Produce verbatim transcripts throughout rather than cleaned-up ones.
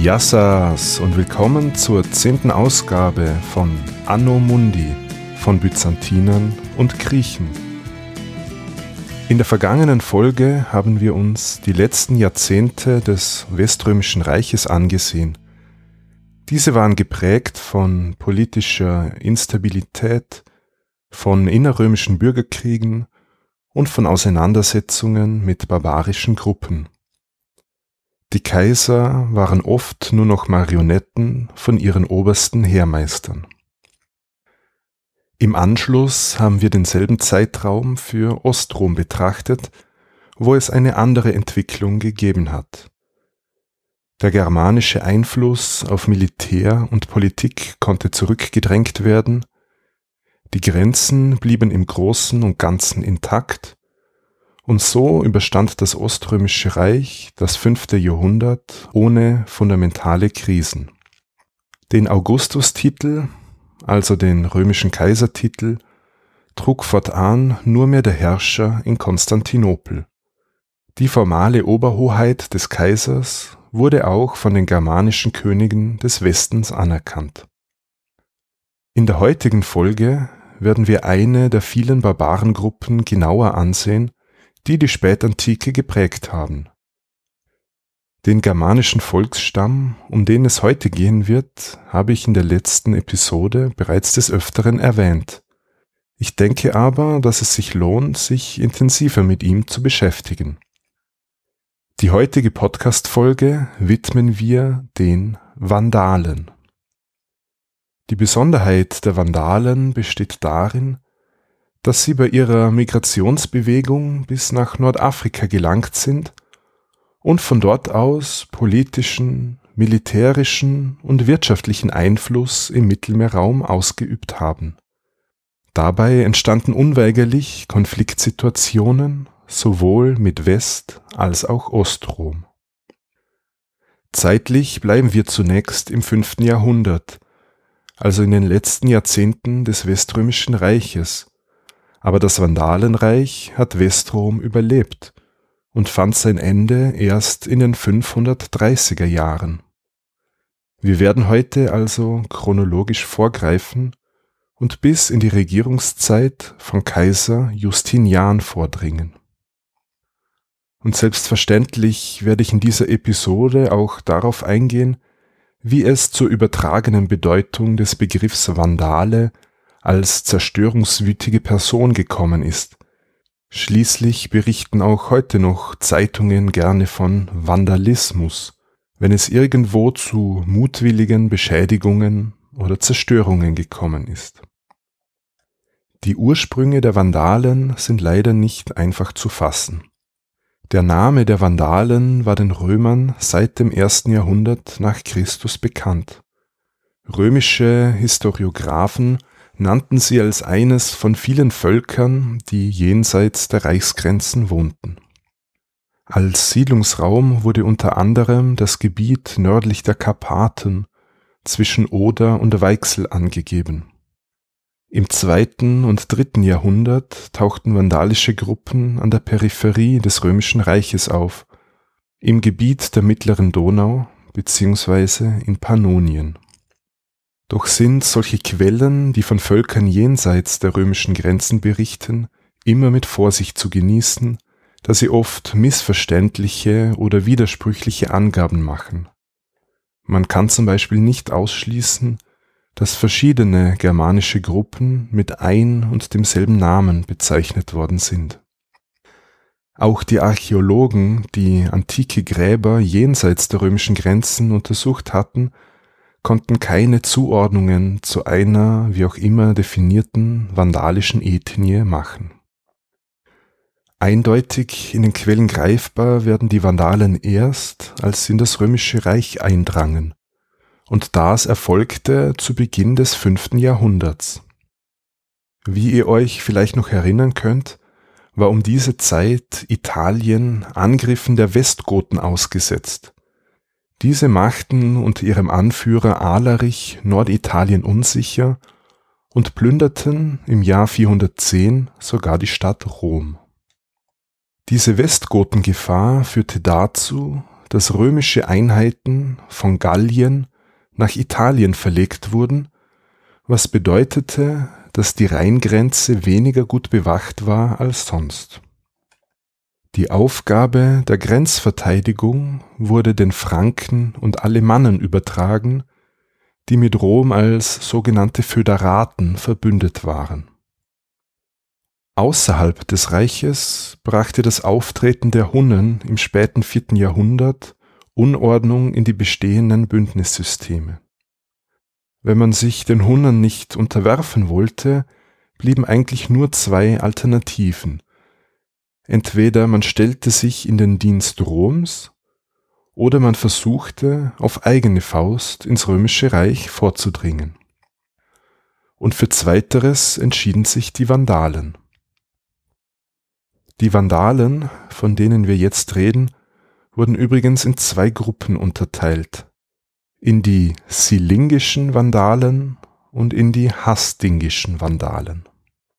Yassas und willkommen zur zehnten Ausgabe von Anno Mundi von Byzantinern und Griechen. In der vergangenen Folge haben wir uns die letzten Jahrzehnte des Weströmischen Reiches angesehen. Diese waren geprägt von politischer Instabilität, von innerrömischen Bürgerkriegen und von Auseinandersetzungen mit barbarischen Gruppen. Die Kaiser waren oft nur noch Marionetten von ihren obersten Heermeistern. Im Anschluss haben wir denselben Zeitraum für Ostrom betrachtet, wo es eine andere Entwicklung gegeben hat. Der germanische Einfluss auf Militär und Politik konnte zurückgedrängt werden, die Grenzen blieben im Großen und Ganzen intakt, und so überstand das Oströmische Reich das fünfte Jahrhundert ohne fundamentale Krisen. Den Augustustitel, also den römischen Kaisertitel, trug fortan nur mehr der Herrscher in Konstantinopel. Die formale Oberhoheit des Kaisers wurde auch von den germanischen Königen des Westens anerkannt. In der heutigen Folge werden wir eine der vielen Barbarengruppen genauer ansehen, die die Spätantike geprägt haben. Den germanischen Volksstamm, um den es heute gehen wird, habe ich in der letzten Episode bereits des Öfteren erwähnt. Ich denke aber, dass es sich lohnt, sich intensiver mit ihm zu beschäftigen. Die heutige Podcast-Folge widmen wir den Vandalen. Die Besonderheit der Vandalen besteht darin, dass sie bei ihrer Migrationsbewegung bis nach Nordafrika gelangt sind und von dort aus politischen, militärischen und wirtschaftlichen Einfluss im Mittelmeerraum ausgeübt haben. Dabei entstanden unweigerlich Konfliktsituationen sowohl mit West- als auch Ostrom. Zeitlich bleiben wir zunächst im fünften Jahrhundert, also in den letzten Jahrzehnten des Weströmischen Reiches. Aber das Vandalenreich hat Westrom überlebt und fand sein Ende erst in den fünfhundertdreißiger Jahren. Wir werden heute also chronologisch vorgreifen und bis in die Regierungszeit von Kaiser Justinian vordringen. Und selbstverständlich werde ich in dieser Episode auch darauf eingehen, wie es zur übertragenen Bedeutung des Begriffs Vandale als zerstörungswütige Person gekommen ist. Schließlich berichten auch heute noch Zeitungen gerne von Vandalismus, wenn es irgendwo zu mutwilligen Beschädigungen oder Zerstörungen gekommen ist. Die Ursprünge der Vandalen sind leider nicht einfach zu fassen. Der Name der Vandalen war den Römern seit dem ersten Jahrhundert nach Christus bekannt. Römische Historiographen nannten sie als eines von vielen Völkern, die jenseits der Reichsgrenzen wohnten. Als Siedlungsraum wurde unter anderem das Gebiet nördlich der Karpaten zwischen Oder und Weichsel angegeben. Im zweiten und dritten Jahrhundert tauchten vandalische Gruppen an der Peripherie des Römischen Reiches auf, im Gebiet der mittleren Donau bzw. in Pannonien. Doch sind solche Quellen, die von Völkern jenseits der römischen Grenzen berichten, immer mit Vorsicht zu genießen, da sie oft missverständliche oder widersprüchliche Angaben machen. Man kann zum Beispiel nicht ausschließen, dass verschiedene germanische Gruppen mit ein und demselben Namen bezeichnet worden sind. Auch die Archäologen, die antike Gräber jenseits der römischen Grenzen untersucht hatten, konnten keine Zuordnungen zu einer, wie auch immer definierten, vandalischen Ethnie machen. Eindeutig in den Quellen greifbar werden die Vandalen erst, als sie in das Römische Reich eindrangen, und das erfolgte zu Beginn des fünften Jahrhunderts. Wie ihr euch vielleicht noch erinnern könnt, war um diese Zeit Italien Angriffen der Westgoten ausgesetzt. Diese machten unter ihrem Anführer Alarich Norditalien unsicher und plünderten im Jahr vierhundertzehn sogar die Stadt Rom. Diese Westgotengefahr führte dazu, dass römische Einheiten von Gallien nach Italien verlegt wurden, was bedeutete, dass die Rheingrenze weniger gut bewacht war als sonst. Die Aufgabe der Grenzverteidigung wurde den Franken und Alemannen übertragen, die mit Rom als sogenannte Föderaten verbündet waren. Außerhalb des Reiches brachte das Auftreten der Hunnen im späten vierten Jahrhundert Unordnung in die bestehenden Bündnissysteme. Wenn man sich den Hunnen nicht unterwerfen wollte, blieben eigentlich nur zwei Alternativen. Entweder man stellte sich in den Dienst Roms oder man versuchte, auf eigene Faust ins Römische Reich vorzudringen. Und für Zweiteres entschieden sich die Vandalen. Die Vandalen, von denen wir jetzt reden, wurden übrigens in zwei Gruppen unterteilt: in die silingischen Vandalen und in die hastingischen Vandalen.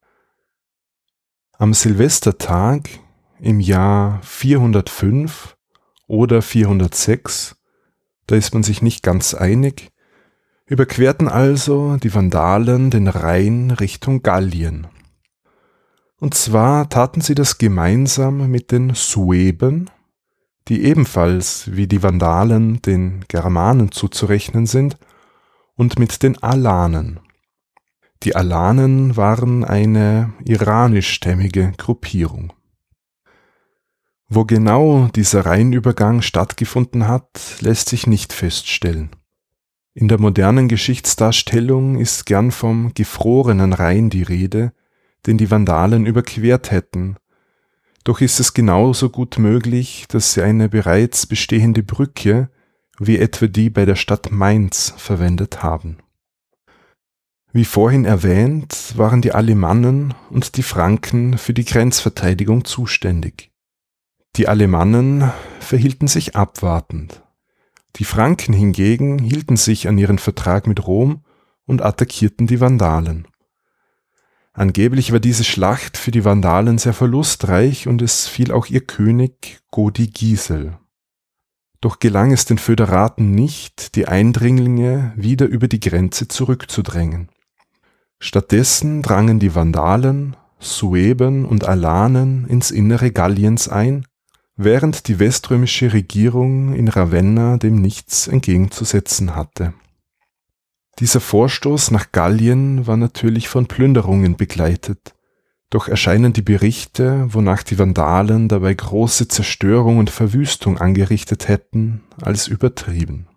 Am Silvestertag im Jahr vierhundertfünf oder vierhundertsechs, da ist man sich nicht ganz einig, überquerten also die Vandalen den Rhein Richtung Gallien. Und zwar taten sie das gemeinsam mit den Sueben, die ebenfalls wie die Vandalen den Germanen zuzurechnen sind, und mit den Alanen. Die Alanen waren eine iranischstämmige Gruppierung. Wo genau dieser Rheinübergang stattgefunden hat, lässt sich nicht feststellen. In der modernen Geschichtsdarstellung ist gern vom gefrorenen Rhein die Rede, den die Vandalen überquert hätten. Doch ist es genauso gut möglich, dass sie eine bereits bestehende Brücke, wie etwa die bei der Stadt Mainz, verwendet haben. Wie vorhin erwähnt, waren die Alemannen und die Franken für die Grenzverteidigung zuständig. Die Alemannen verhielten sich abwartend. Die Franken hingegen hielten sich an ihren Vertrag mit Rom und attackierten die Vandalen. Angeblich war diese Schlacht für die Vandalen sehr verlustreich und es fiel auch ihr König Godi-Gisel. Doch gelang es den Föderaten nicht, die Eindringlinge wieder über die Grenze zurückzudrängen. Stattdessen drangen die Vandalen, Sueben und Alanen ins Innere Galliens ein, während die weströmische Regierung in Ravenna dem nichts entgegenzusetzen hatte. Dieser Vorstoß nach Gallien war natürlich von Plünderungen begleitet, doch erscheinen die Berichte, wonach die Vandalen dabei große Zerstörung und Verwüstung angerichtet hätten, als übertrieben.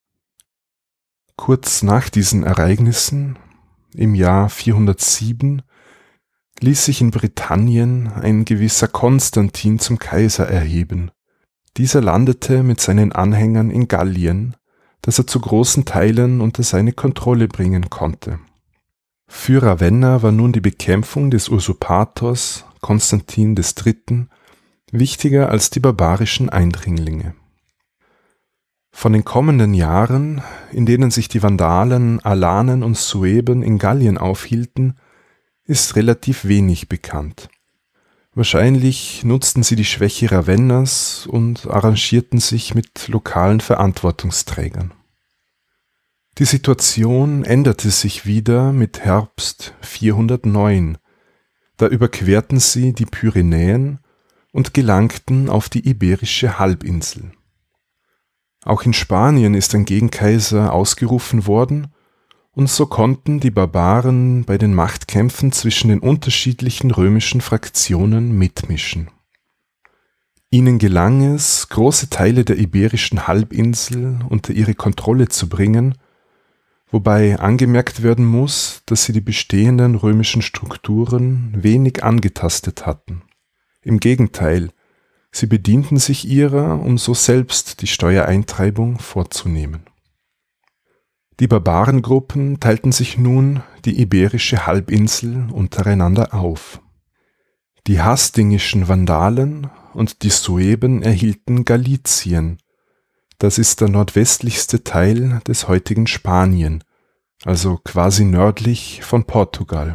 Kurz nach diesen Ereignissen, im Jahr vierhundertsieben, ließ sich in Britannien ein gewisser Konstantin zum Kaiser erheben. Dieser landete mit seinen Anhängern in Gallien, das er zu großen Teilen unter seine Kontrolle bringen konnte. Für Ravenna war nun die Bekämpfung des Usurpators Konstantin der Dritte wichtiger als die barbarischen Eindringlinge. Von den kommenden Jahren, in denen sich die Vandalen, Alanen und Sueben in Gallien aufhielten, ist relativ wenig bekannt. Wahrscheinlich nutzten sie die Schwäche Ravennas und arrangierten sich mit lokalen Verantwortungsträgern. Die Situation änderte sich wieder mit Herbst vierhundertneun. Da überquerten sie die Pyrenäen und gelangten auf die Iberische Halbinsel. Auch in Spanien ist ein Gegenkaiser ausgerufen worden, und so konnten die Barbaren bei den Machtkämpfen zwischen den unterschiedlichen römischen Fraktionen mitmischen. Ihnen gelang es, große Teile der Iberischen Halbinsel unter ihre Kontrolle zu bringen, wobei angemerkt werden muss, dass sie die bestehenden römischen Strukturen wenig angetastet hatten. Im Gegenteil, sie bedienten sich ihrer, um so selbst die Steuereintreibung vorzunehmen. Die Barbarengruppen teilten sich nun die Iberische Halbinsel untereinander auf. Die hastingischen Vandalen und die Sueben erhielten Galizien. Das ist der nordwestlichste Teil des heutigen Spanien, also quasi nördlich von Portugal.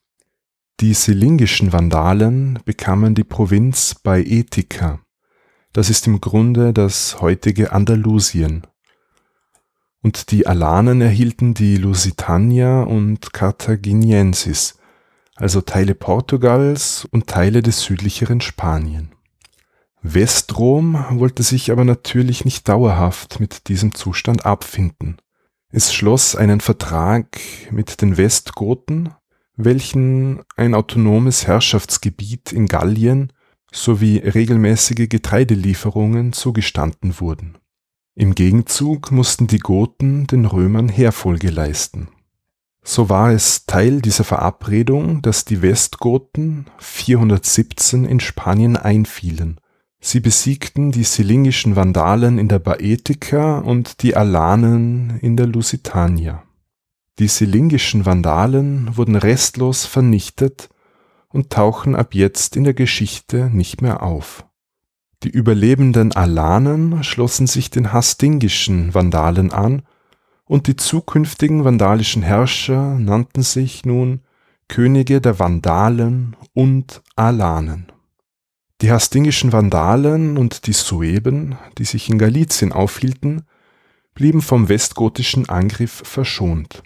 Die silingischen Vandalen bekamen die Provinz Baetica. Das ist im Grunde das heutige Andalusien. Und die Alanen erhielten die Lusitania und Carthaginiensis, also Teile Portugals und Teile des südlicheren Spanien. Westrom wollte sich aber natürlich nicht dauerhaft mit diesem Zustand abfinden. Es schloss einen Vertrag mit den Westgoten, welchen ein autonomes Herrschaftsgebiet in Gallien sowie regelmäßige Getreidelieferungen zugestanden wurden. Im Gegenzug mussten die Goten den Römern Heerfolge leisten. So war es Teil dieser Verabredung, dass die Westgoten vierhundertsiebzehn in Spanien einfielen. Sie besiegten die silingischen Vandalen in der Baetica und die Alanen in der Lusitania. Die silingischen Vandalen wurden restlos vernichtet und tauchen ab jetzt in der Geschichte nicht mehr auf. Die überlebenden Alanen schlossen sich den hastingischen Vandalen an und die zukünftigen vandalischen Herrscher nannten sich nun Könige der Vandalen und Alanen. Die hastingischen Vandalen und die Sueben, die sich in Galizien aufhielten, blieben vom westgotischen Angriff verschont.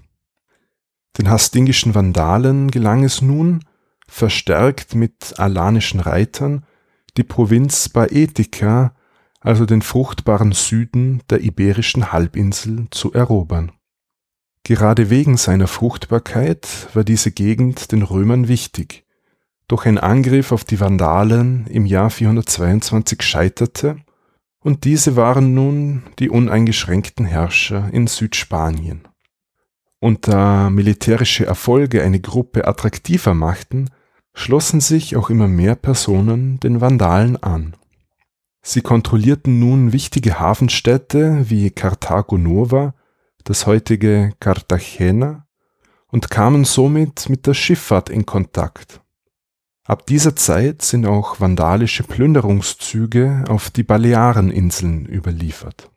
Den hastingischen Vandalen gelang es nun, verstärkt mit alanischen Reitern, die Provinz Baetica, also den fruchtbaren Süden der iberischen Halbinsel, zu erobern. Gerade wegen seiner Fruchtbarkeit war diese Gegend den Römern wichtig, doch ein Angriff auf die Vandalen im Jahr vierhundertzweiundzwanzig scheiterte und diese waren nun die uneingeschränkten Herrscher in Südspanien. Und da militärische Erfolge eine Gruppe attraktiver machten, schlossen sich auch immer mehr Personen den Vandalen an. Sie kontrollierten nun wichtige Hafenstädte wie Karthago Nova, das heutige Cartagena, und kamen somit mit der Schifffahrt in Kontakt. Ab dieser Zeit sind auch vandalische Plünderungszüge auf die Baleareninseln überliefert.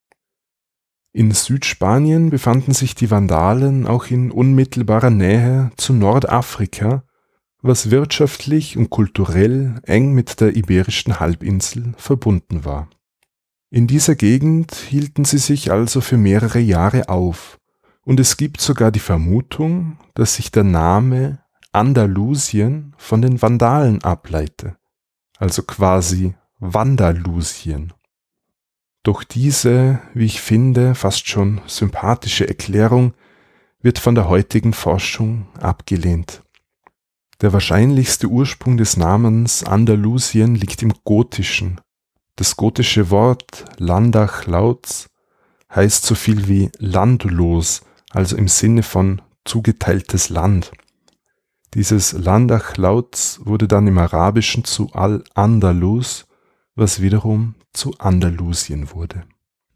In Südspanien befanden sich die Vandalen auch in unmittelbarer Nähe zu Nordafrika, was wirtschaftlich und kulturell eng mit der iberischen Halbinsel verbunden war. In dieser Gegend hielten sie sich also für mehrere Jahre auf, und es gibt sogar die Vermutung, dass sich der Name Andalusien von den Vandalen ableite, also quasi Wandalusien. Doch diese, wie ich finde, fast schon sympathische Erklärung wird von der heutigen Forschung abgelehnt. Der wahrscheinlichste Ursprung des Namens Andalusien liegt im Gotischen. Das gotische Wort Landachlauts heißt so viel wie landlos, also im Sinne von zugeteiltes Land. Dieses Landachlauts wurde dann im Arabischen zu Al-Andalus, was wiederum zu Andalusien wurde.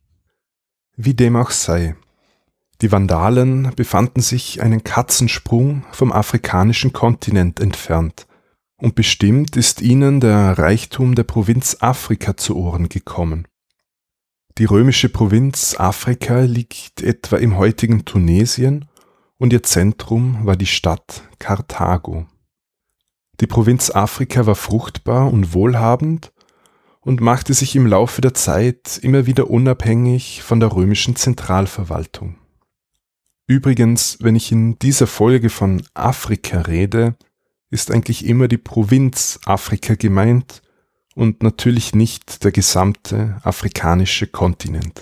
Wie dem auch sei, die Vandalen befanden sich einen Katzensprung vom afrikanischen Kontinent entfernt und bestimmt ist ihnen der Reichtum der Provinz Afrika zu Ohren gekommen. Die römische Provinz Afrika liegt etwa im heutigen Tunesien und ihr Zentrum war die Stadt Karthago. Die Provinz Afrika war fruchtbar und wohlhabend und machte sich im Laufe der Zeit immer wieder unabhängig von der römischen Zentralverwaltung. Übrigens, wenn ich in dieser Folge von Afrika rede, ist eigentlich immer die Provinz Afrika gemeint und natürlich nicht der gesamte afrikanische Kontinent.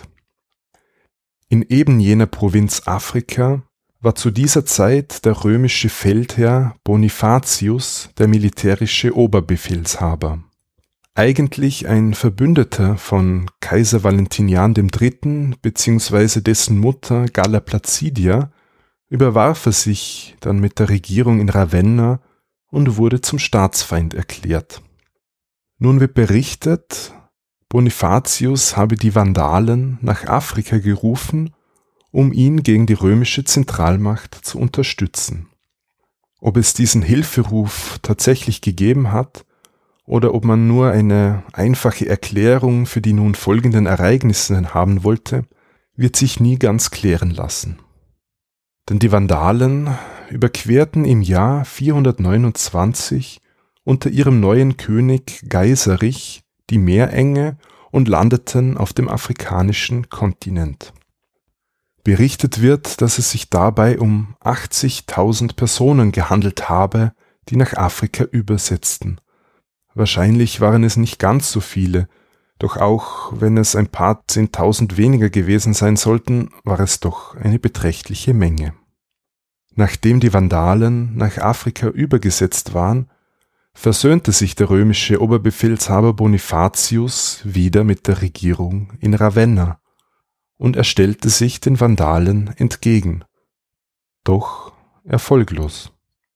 In eben jener Provinz Afrika war zu dieser Zeit der römische Feldherr Bonifatius der militärische Oberbefehlshaber. Eigentlich ein Verbündeter von Kaiser Valentinian der Dritte bzw. dessen Mutter Galla Placidia, überwarf er sich dann mit der Regierung in Ravenna und wurde zum Staatsfeind erklärt. Nun wird berichtet, Bonifatius habe die Vandalen nach Afrika gerufen, um ihn gegen die römische Zentralmacht zu unterstützen. Ob es diesen Hilferuf tatsächlich gegeben hat, oder ob man nur eine einfache Erklärung für die nun folgenden Ereignisse haben wollte, wird sich nie ganz klären lassen. Denn die Vandalen überquerten im Jahr vierhundertneunundzwanzig unter ihrem neuen König Geiserich die Meerenge und landeten auf dem afrikanischen Kontinent. Berichtet wird, dass es sich dabei um achtzigtausend Personen gehandelt habe, die nach Afrika übersetzten. Wahrscheinlich waren es nicht ganz so viele, doch auch wenn es ein paar Zehntausend weniger gewesen sein sollten, war es doch eine beträchtliche Menge. Nachdem die Vandalen nach Afrika übergesetzt waren, versöhnte sich der römische Oberbefehlshaber Bonifatius wieder mit der Regierung in Ravenna und er stellte sich den Vandalen entgegen, doch erfolglos.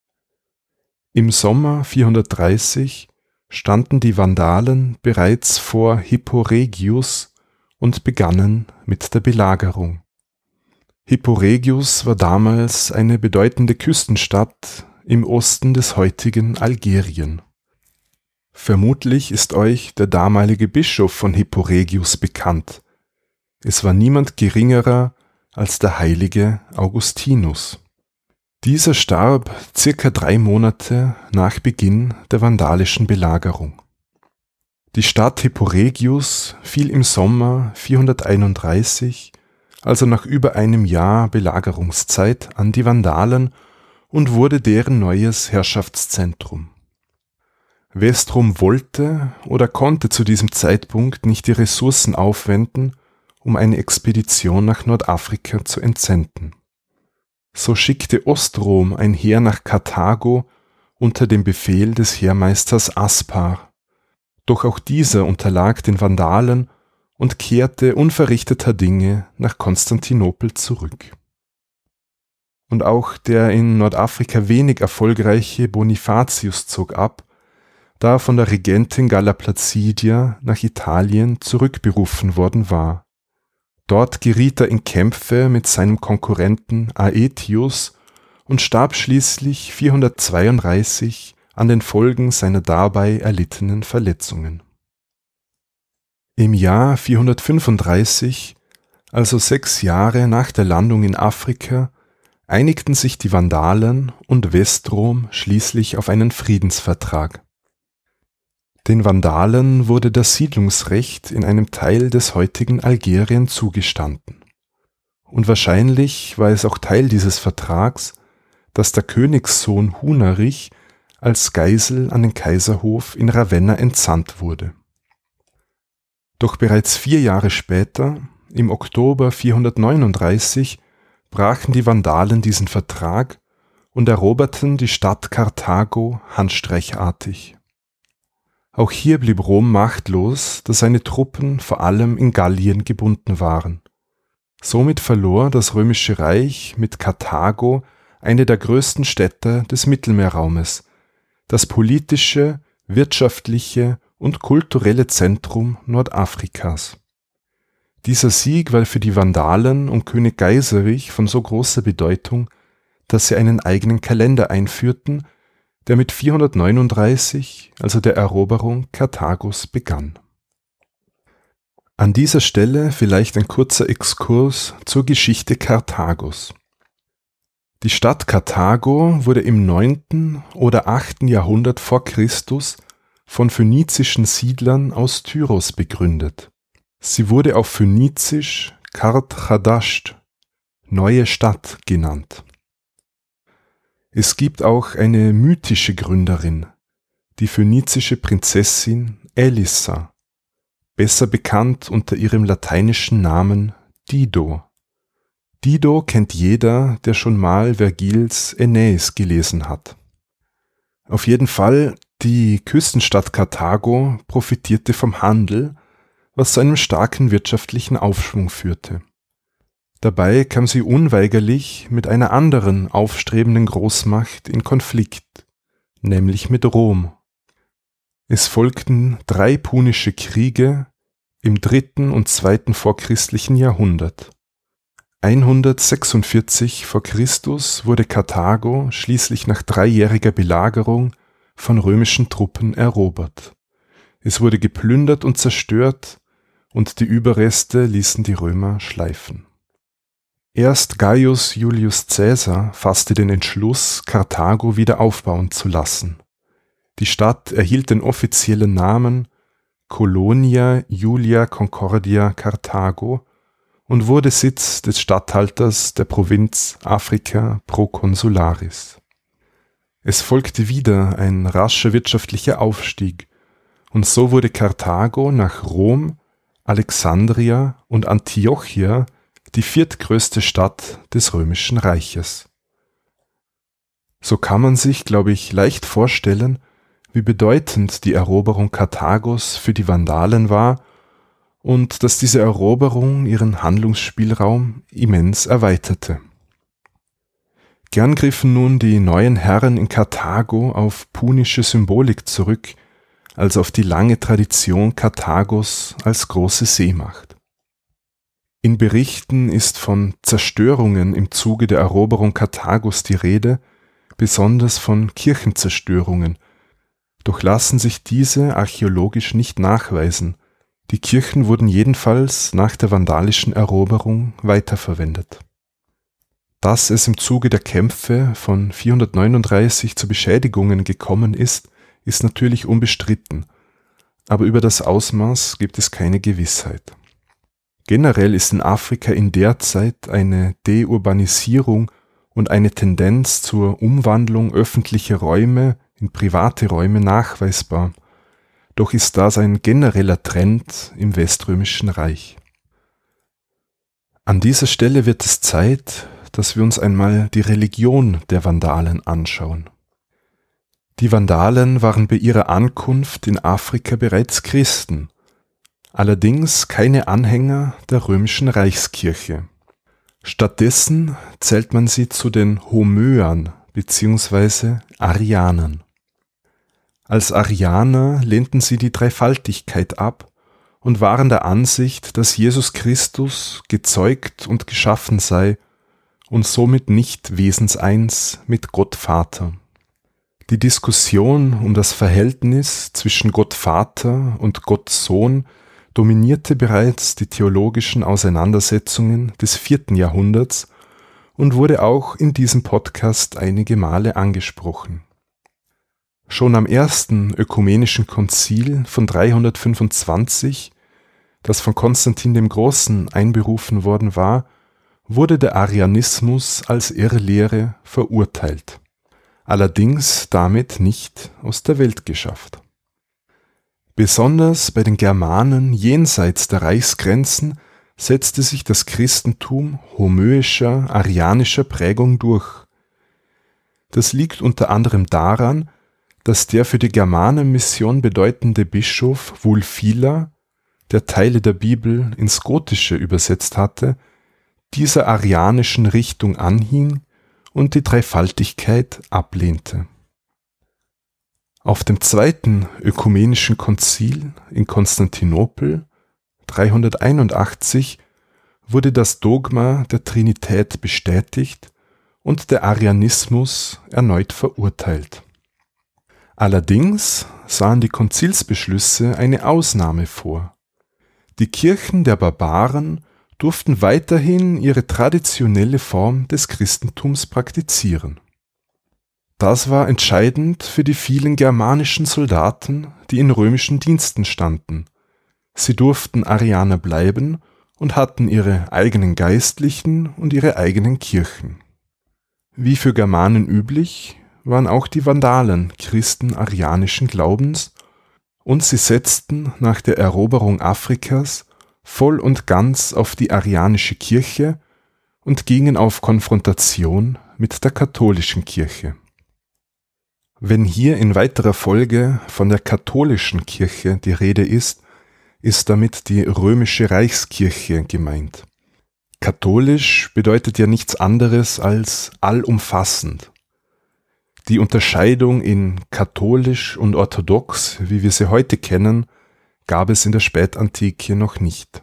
Im Sommer vierhundertdreißig standen die Vandalen bereits vor Hippo Regius und begannen mit der Belagerung. Hippo Regius war damals eine bedeutende Küstenstadt im Osten des heutigen Algerien. Vermutlich ist euch der damalige Bischof von Hippo Regius bekannt. Es war niemand geringerer als der heilige Augustinus. Dieser starb circa drei Monate nach Beginn der vandalischen Belagerung. Die Stadt Hippo Regius fiel im Sommer vierhunderteinunddreißig, also nach über einem Jahr Belagerungszeit, an die Vandalen und wurde deren neues Herrschaftszentrum. Westrom wollte oder konnte zu diesem Zeitpunkt nicht die Ressourcen aufwenden, um eine Expedition nach Nordafrika zu entsenden. So schickte Ostrom ein Heer nach Karthago unter dem Befehl des Heermeisters Aspar. Doch auch dieser unterlag den Vandalen und kehrte unverrichteter Dinge nach Konstantinopel zurück. Und auch der in Nordafrika wenig erfolgreiche Bonifatius zog ab, da er von der Regentin Galla Placidia nach Italien zurückberufen worden war. Dort geriet er in Kämpfe mit seinem Konkurrenten Aetius und starb schließlich vierhundertzweiunddreißig an den Folgen seiner dabei erlittenen Verletzungen. Im Jahr vierhundertfünfunddreißig, also sechs Jahre nach der Landung in Afrika, einigten sich die Vandalen und Westrom schließlich auf einen Friedensvertrag. Den Vandalen wurde das Siedlungsrecht in einem Teil des heutigen Algerien zugestanden. Und wahrscheinlich war es auch Teil dieses Vertrags, dass der Königssohn Hunarich als Geisel an den Kaiserhof in Ravenna entsandt wurde. Doch bereits vier Jahre später, im Oktober vierhundertneununddreißig, brachen die Vandalen diesen Vertrag und eroberten die Stadt Karthago handstreichartig. Auch hier blieb Rom machtlos, da seine Truppen vor allem in Gallien gebunden waren. Somit verlor das Römische Reich mit Karthago eine der größten Städte des Mittelmeerraumes, das politische, wirtschaftliche und kulturelle Zentrum Nordafrikas. Dieser Sieg war für die Vandalen und König Geiserich von so großer Bedeutung, dass sie einen eigenen Kalender einführten, der mit vierhundertneununddreißig, also der Eroberung Karthagos, begann. An dieser Stelle vielleicht ein kurzer Exkurs zur Geschichte Karthagos. Die Stadt Karthago wurde im neunten oder achten Jahrhundert vor Christus von phönizischen Siedlern aus Tyros begründet. Sie wurde auf Phönizisch Kart Chadasht, neue Stadt, genannt. Es gibt auch eine mythische Gründerin, die phönizische Prinzessin Elissa, besser bekannt unter ihrem lateinischen Namen Dido. Dido kennt jeder, der schon mal Vergils Aeneis gelesen hat. Auf jeden Fall, die Küstenstadt Karthago profitierte vom Handel, was zu einem starken wirtschaftlichen Aufschwung führte. Dabei kam sie unweigerlich mit einer anderen aufstrebenden Großmacht in Konflikt, nämlich mit Rom. Es folgten drei punische Kriege im dritten und zweiten vorchristlichen Jahrhundert. hundertsechsundvierzig vor Christus wurde Karthago schließlich nach dreijähriger Belagerung von römischen Truppen erobert. Es wurde geplündert und zerstört und die Überreste ließen die Römer schleifen. Erst Gaius Julius Caesar fasste den Entschluss, Karthago wieder aufbauen zu lassen. Die Stadt erhielt den offiziellen Namen Colonia Julia Concordia Carthago und wurde Sitz des Statthalters der Provinz Africa Proconsularis. Es folgte wieder ein rascher wirtschaftlicher Aufstieg, und so wurde Karthago nach Rom, Alexandria und Antiochia die viertgrößte Stadt des Römischen Reiches. So kann man sich, glaube ich, leicht vorstellen, wie bedeutend die Eroberung Karthagos für die Vandalen war und dass diese Eroberung ihren Handlungsspielraum immens erweiterte. Gern griffen nun die neuen Herren in Karthago auf punische Symbolik zurück, als auf die lange Tradition Karthagos als große Seemacht. In Berichten ist von Zerstörungen im Zuge der Eroberung Karthagos die Rede, besonders von Kirchenzerstörungen, doch lassen sich diese archäologisch nicht nachweisen. Die Kirchen wurden jedenfalls nach der vandalischen Eroberung weiterverwendet. Dass es im Zuge der Kämpfe von vierhundertneununddreißig zu Beschädigungen gekommen ist, ist natürlich unbestritten, aber über das Ausmaß gibt es keine Gewissheit. Generell ist in Afrika in der Zeit eine Deurbanisierung und eine Tendenz zur Umwandlung öffentlicher Räume in private Räume nachweisbar, doch ist das ein genereller Trend im Weströmischen Reich. An dieser Stelle wird es Zeit, dass wir uns einmal die Religion der Vandalen anschauen. Die Vandalen waren bei ihrer Ankunft in Afrika bereits Christen, allerdings keine Anhänger der römischen Reichskirche. Stattdessen zählt man sie zu den Homöern bzw. Arianern. Als Arianer lehnten sie die Dreifaltigkeit ab und waren der Ansicht, dass Jesus Christus gezeugt und geschaffen sei und somit nicht wesenseins mit Gott Vater. Die Diskussion um das Verhältnis zwischen Gott Vater und Gott Sohn dominierte bereits die theologischen Auseinandersetzungen des vierten Jahrhunderts und wurde auch in diesem Podcast einige Male angesprochen. Schon am ersten Ökumenischen Konzil von dreihundertfünfundzwanzig, das von Konstantin dem Großen einberufen worden war, wurde der Arianismus als Irrlehre verurteilt, allerdings damit nicht aus der Welt geschafft. Besonders bei den Germanen jenseits der Reichsgrenzen setzte sich das Christentum homöischer, arianischer Prägung durch. Das liegt unter anderem daran, dass der für die Germanenmission bedeutende Bischof Wulfila, der Teile der Bibel ins Gotische übersetzt hatte, dieser arianischen Richtung anhing und die Dreifaltigkeit ablehnte. Auf dem zweiten Ökumenischen Konzil in Konstantinopel dreihunderteinundachtzig wurde das Dogma der Trinität bestätigt und der Arianismus erneut verurteilt. Allerdings sahen die Konzilsbeschlüsse eine Ausnahme vor. Die Kirchen der Barbaren durften weiterhin ihre traditionelle Form des Christentums praktizieren. Das war entscheidend für die vielen germanischen Soldaten, die in römischen Diensten standen. Sie durften Arianer bleiben und hatten ihre eigenen Geistlichen und ihre eigenen Kirchen. Wie für Germanen üblich, waren auch die Vandalen Christen arianischen Glaubens und sie setzten nach der Eroberung Afrikas voll und ganz auf die arianische Kirche und gingen auf Konfrontation mit der katholischen Kirche. Wenn hier in weiterer Folge von der katholischen Kirche die Rede ist, ist damit die römische Reichskirche gemeint. Katholisch bedeutet ja nichts anderes als allumfassend. Die Unterscheidung in katholisch und orthodox, wie wir sie heute kennen, gab es in der Spätantike noch nicht.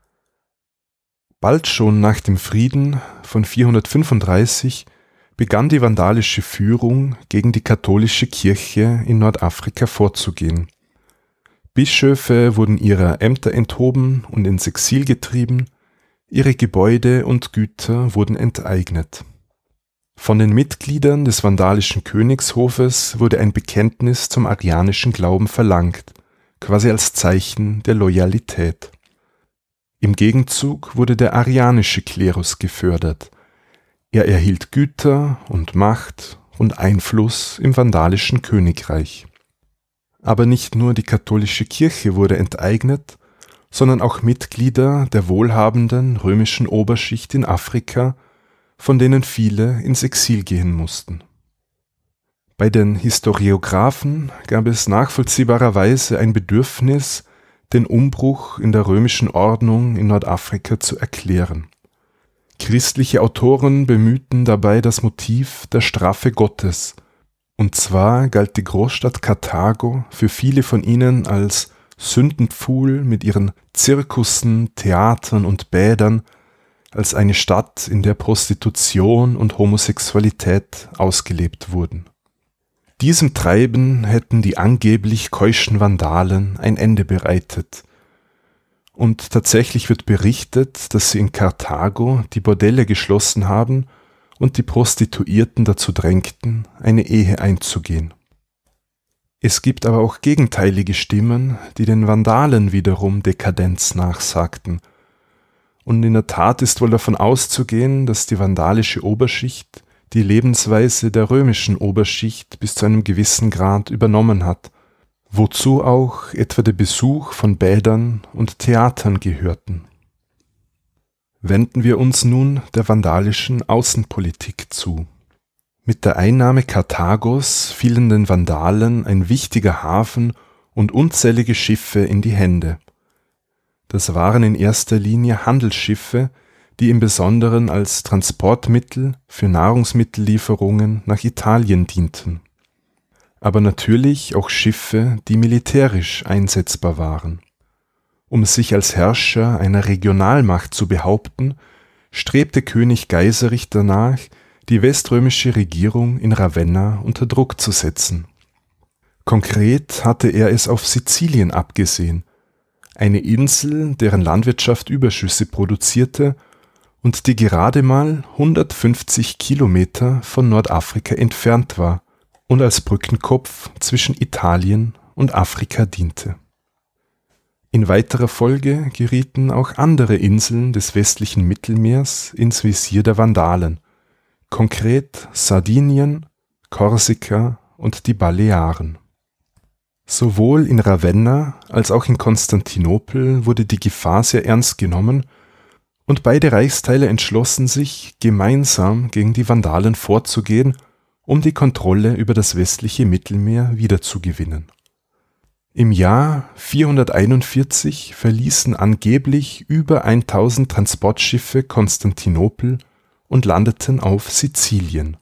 Bald schon nach dem Frieden von vierhundertfünfunddreißig begann die vandalische Führung gegen die katholische Kirche in Nordafrika vorzugehen. Bischöfe wurden ihrer Ämter enthoben und ins Exil getrieben, ihre Gebäude und Güter wurden enteignet. Von den Mitgliedern des vandalischen Königshofes wurde ein Bekenntnis zum arianischen Glauben verlangt, quasi als Zeichen der Loyalität. Im Gegenzug wurde der arianische Klerus gefördert. Er erhielt Güter und Macht und Einfluss im vandalischen Königreich. Aber nicht nur die katholische Kirche wurde enteignet, sondern auch Mitglieder der wohlhabenden römischen Oberschicht in Afrika, von denen viele ins Exil gehen mussten. Bei den Historiographen gab es nachvollziehbarerweise ein Bedürfnis, den Umbruch in der römischen Ordnung in Nordafrika zu erklären. Christliche Autoren bemühten dabei das Motiv der Strafe Gottes, und zwar galt die Großstadt Karthago für viele von ihnen als Sündenpfuhl mit ihren Zirkussen, Theatern und Bädern, als eine Stadt, in der Prostitution und Homosexualität ausgelebt wurden. Diesem Treiben hätten die angeblich keuschen Vandalen ein Ende bereitet. Und tatsächlich wird berichtet, dass sie in Karthago die Bordelle geschlossen haben und die Prostituierten dazu drängten, eine Ehe einzugehen. Es gibt aber auch gegenteilige Stimmen, die den Vandalen wiederum Dekadenz nachsagten. Und in der Tat ist wohl davon auszugehen, dass die vandalische Oberschicht die Lebensweise der römischen Oberschicht bis zu einem gewissen Grad übernommen hat, wozu auch etwa der Besuch von Bädern und Theatern gehörten. Wenden wir uns nun der vandalischen Außenpolitik zu. Mit der Einnahme Karthagos fielen den Vandalen ein wichtiger Hafen und unzählige Schiffe in die Hände. Das waren in erster Linie Handelsschiffe, die im Besonderen als Transportmittel für Nahrungsmittellieferungen nach Italien dienten. Aber natürlich auch Schiffe, die militärisch einsetzbar waren. Um sich als Herrscher einer Regionalmacht zu behaupten, strebte König Geiserich danach, die weströmische Regierung in Ravenna unter Druck zu setzen. Konkret hatte er es auf Sizilien abgesehen, eine Insel, deren Landwirtschaft Überschüsse produzierte und die gerade mal hundertfünfzig Kilometer von Nordafrika entfernt war und als Brückenkopf zwischen Italien und Afrika diente. In weiterer Folge gerieten auch andere Inseln des westlichen Mittelmeers ins Visier der Vandalen, konkret Sardinien, Korsika und die Balearen. Sowohl in Ravenna als auch in Konstantinopel wurde die Gefahr sehr ernst genommen und beide Reichsteile entschlossen sich, gemeinsam gegen die Vandalen vorzugehen, um die Kontrolle über das westliche Mittelmeer wiederzugewinnen. Im Jahr vierhunderteinundvierzig verließen angeblich über tausend Transportschiffe Konstantinopel und landeten auf Sizilien.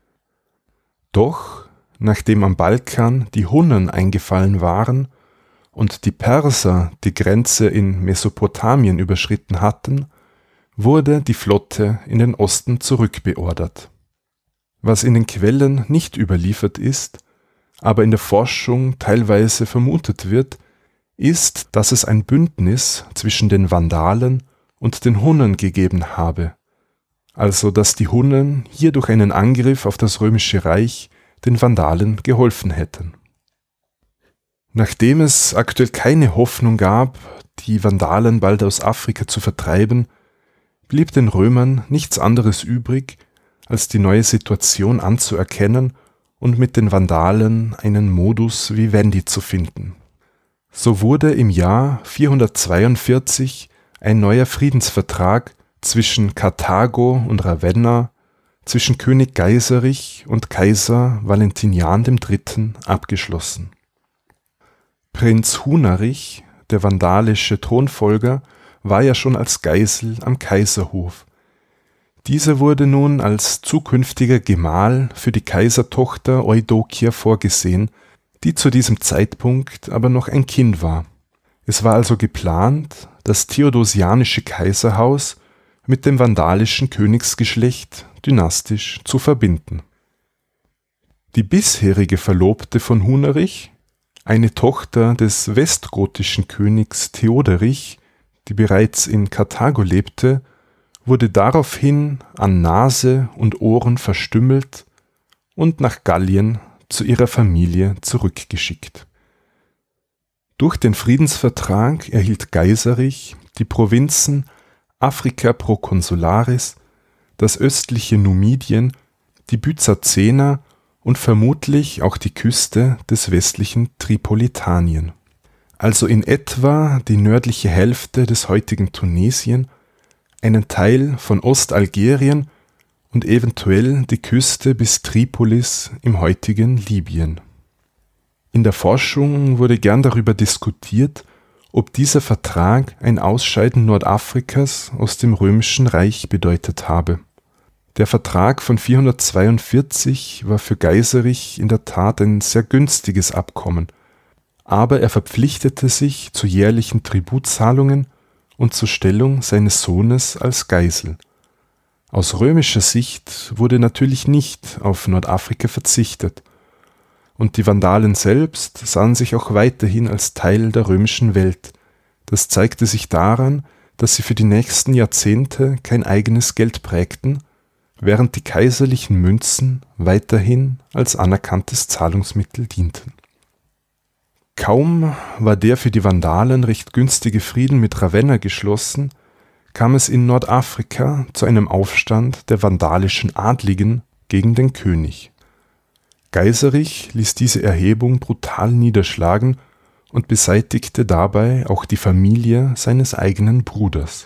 Doch, nachdem am Balkan die Hunnen eingefallen waren und die Perser die Grenze in Mesopotamien überschritten hatten, wurde die Flotte in den Osten zurückbeordert. Was in den Quellen nicht überliefert ist, aber in der Forschung teilweise vermutet wird, ist, dass es ein Bündnis zwischen den Vandalen und den Hunnen gegeben habe, also dass die Hunnen hier durch einen Angriff auf das Römische Reich den Vandalen geholfen hätten. Nachdem es aktuell keine Hoffnung gab, die Vandalen bald aus Afrika zu vertreiben, blieb den Römern nichts anderes übrig, als die neue Situation anzuerkennen und mit den Vandalen einen Modus vivendi zu finden. So wurde im Jahr vierhundertzweiundvierzig ein neuer Friedensvertrag zwischen Karthago und Ravenna, zwischen König Geiserich und Kaiser Valentinian der Dritte. abgeschlossen. Prinz Hunarich, der vandalische Thronfolger, war ja schon als Geisel am Kaiserhof. Dieser wurde nun als zukünftiger Gemahl für die Kaisertochter Eudokia vorgesehen, die zu diesem Zeitpunkt aber noch ein Kind war. Es war also geplant, das theodosianische Kaiserhaus mit dem vandalischen Königsgeschlecht dynastisch zu verbinden. Die bisherige Verlobte von Hunarich, eine Tochter des westgotischen Königs Theoderich, die bereits in Karthago lebte, wurde daraufhin an Nase und Ohren verstümmelt und nach Gallien zu ihrer Familie zurückgeschickt. Durch den Friedensvertrag erhielt Geiserich die Provinzen Africa Proconsularis, das östliche Numidien, die Byzanzer und vermutlich auch die Küste des westlichen Tripolitanien. Also in etwa die nördliche Hälfte des heutigen Tunesien, einen Teil von Ostalgerien und eventuell die Küste bis Tripolis im heutigen Libyen. In der Forschung wurde gern darüber diskutiert, ob dieser Vertrag ein Ausscheiden Nordafrikas aus dem Römischen Reich bedeutet habe. Der Vertrag von vierhundertzweiundvierzig war für Geiserich in der Tat ein sehr günstiges Abkommen, aber er verpflichtete sich zu jährlichen Tributzahlungen und zur Stellung seines Sohnes als Geisel. Aus römischer Sicht wurde natürlich nicht auf Nordafrika verzichtet, und die Vandalen selbst sahen sich auch weiterhin als Teil der römischen Welt. Das zeigte sich daran, dass sie für die nächsten Jahrzehnte kein eigenes Geld prägten, während die kaiserlichen Münzen weiterhin als anerkanntes Zahlungsmittel dienten. Kaum war der für die Vandalen recht günstige Frieden mit Ravenna geschlossen, kam es in Nordafrika zu einem Aufstand der vandalischen Adligen gegen den König. Geiserich ließ diese Erhebung brutal niederschlagen und beseitigte dabei auch die Familie seines eigenen Bruders.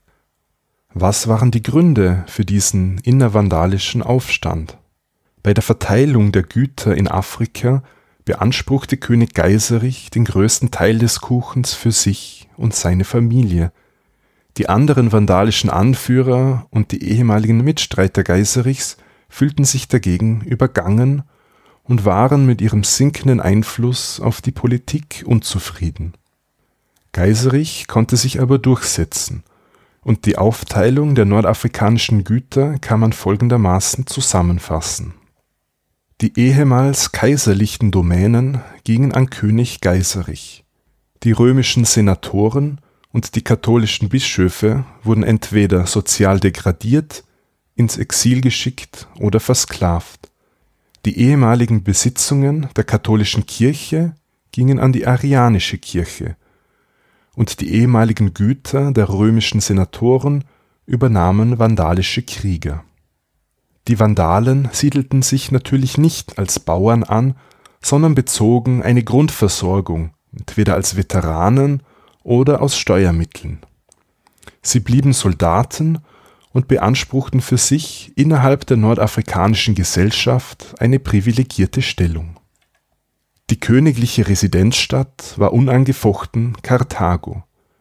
Was waren die Gründe für diesen innervandalischen Aufstand? Bei der Verteilung der Güter in Afrika beanspruchte König Geiserich den größten Teil des Kuchens für sich und seine Familie. Die anderen vandalischen Anführer und die ehemaligen Mitstreiter Geiserichs fühlten sich dagegen übergangen und waren mit ihrem sinkenden Einfluss auf die Politik unzufrieden. Geiserich konnte sich aber durchsetzen, und die Aufteilung der nordafrikanischen Güter kann man folgendermaßen zusammenfassen. Die ehemals kaiserlichen Domänen gingen an König Geiserich. Die römischen Senatoren und die katholischen Bischöfe wurden entweder sozial degradiert, ins Exil geschickt oder versklavt. Die ehemaligen Besitzungen der katholischen Kirche gingen an die arianische Kirche und die ehemaligen Güter der römischen Senatoren übernahmen vandalische Krieger. Die Vandalen siedelten sich natürlich nicht als Bauern an, sondern bezogen eine Grundversorgung, entweder als Veteranen oder aus Steuermitteln. Sie blieben Soldaten und beanspruchten für sich innerhalb der nordafrikanischen Gesellschaft eine privilegierte Stellung. Die königliche Residenzstadt war unangefochten Karthago.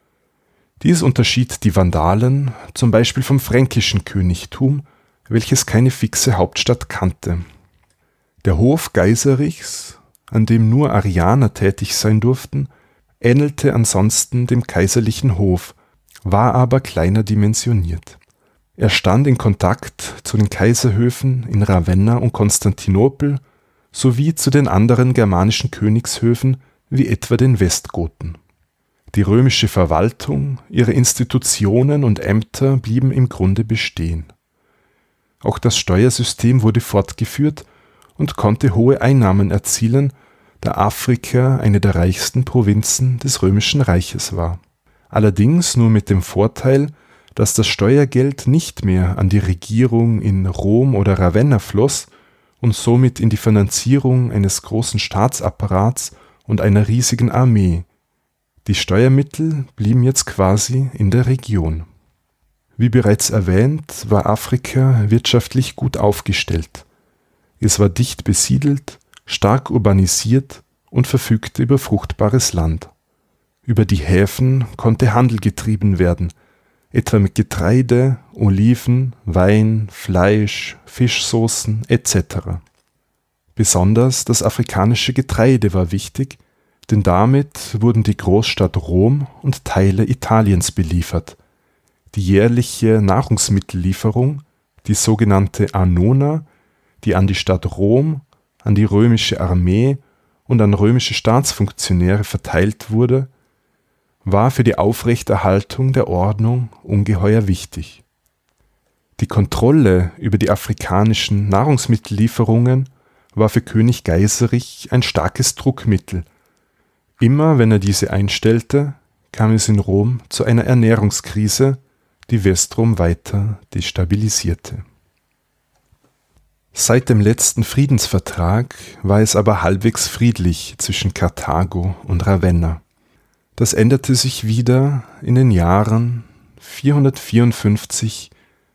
Dies unterschied die Vandalen zum Beispiel vom fränkischen Königtum, welches keine fixe Hauptstadt kannte. Der Hof Geiserichs, an dem nur Arianer tätig sein durften, ähnelte ansonsten dem kaiserlichen Hof, war aber kleiner dimensioniert. Er stand in Kontakt zu den Kaiserhöfen in Ravenna und Konstantinopel sowie zu den anderen germanischen Königshöfen wie etwa den Westgoten. Die römische Verwaltung, ihre Institutionen und Ämter blieben im Grunde bestehen. Auch das Steuersystem wurde fortgeführt und konnte hohe Einnahmen erzielen, da Afrika eine der reichsten Provinzen des Römischen Reiches war. Allerdings nur mit dem Vorteil, dass das Steuergeld nicht mehr an die Regierung in Rom oder Ravenna floss und somit in die Finanzierung eines großen Staatsapparats und einer riesigen Armee. Die Steuermittel blieben jetzt quasi in der Region. Wie bereits erwähnt, war Afrika wirtschaftlich gut aufgestellt. Es war dicht besiedelt, stark urbanisiert und verfügte über fruchtbares Land. Über die Häfen konnte Handel getrieben werden, etwa mit Getreide, Oliven, Wein, Fleisch, Fischsoßen et cetera. Besonders das afrikanische Getreide war wichtig, denn damit wurden die Großstadt Rom und Teile Italiens beliefert. Die jährliche Nahrungsmittellieferung, die sogenannte Annona, die an die Stadt Rom, an die römische Armee und an römische Staatsfunktionäre verteilt wurde, war für die Aufrechterhaltung der Ordnung ungeheuer wichtig. Die Kontrolle über die afrikanischen Nahrungsmittellieferungen war für König Geiserich ein starkes Druckmittel. Immer wenn er diese einstellte, kam es in Rom zu einer Ernährungskrise, die Westrom weiter destabilisierte. Seit dem letzten Friedensvertrag war es aber halbwegs friedlich zwischen Karthago und Ravenna. Das änderte sich wieder in den Jahren vierhundertvierundfünfzig,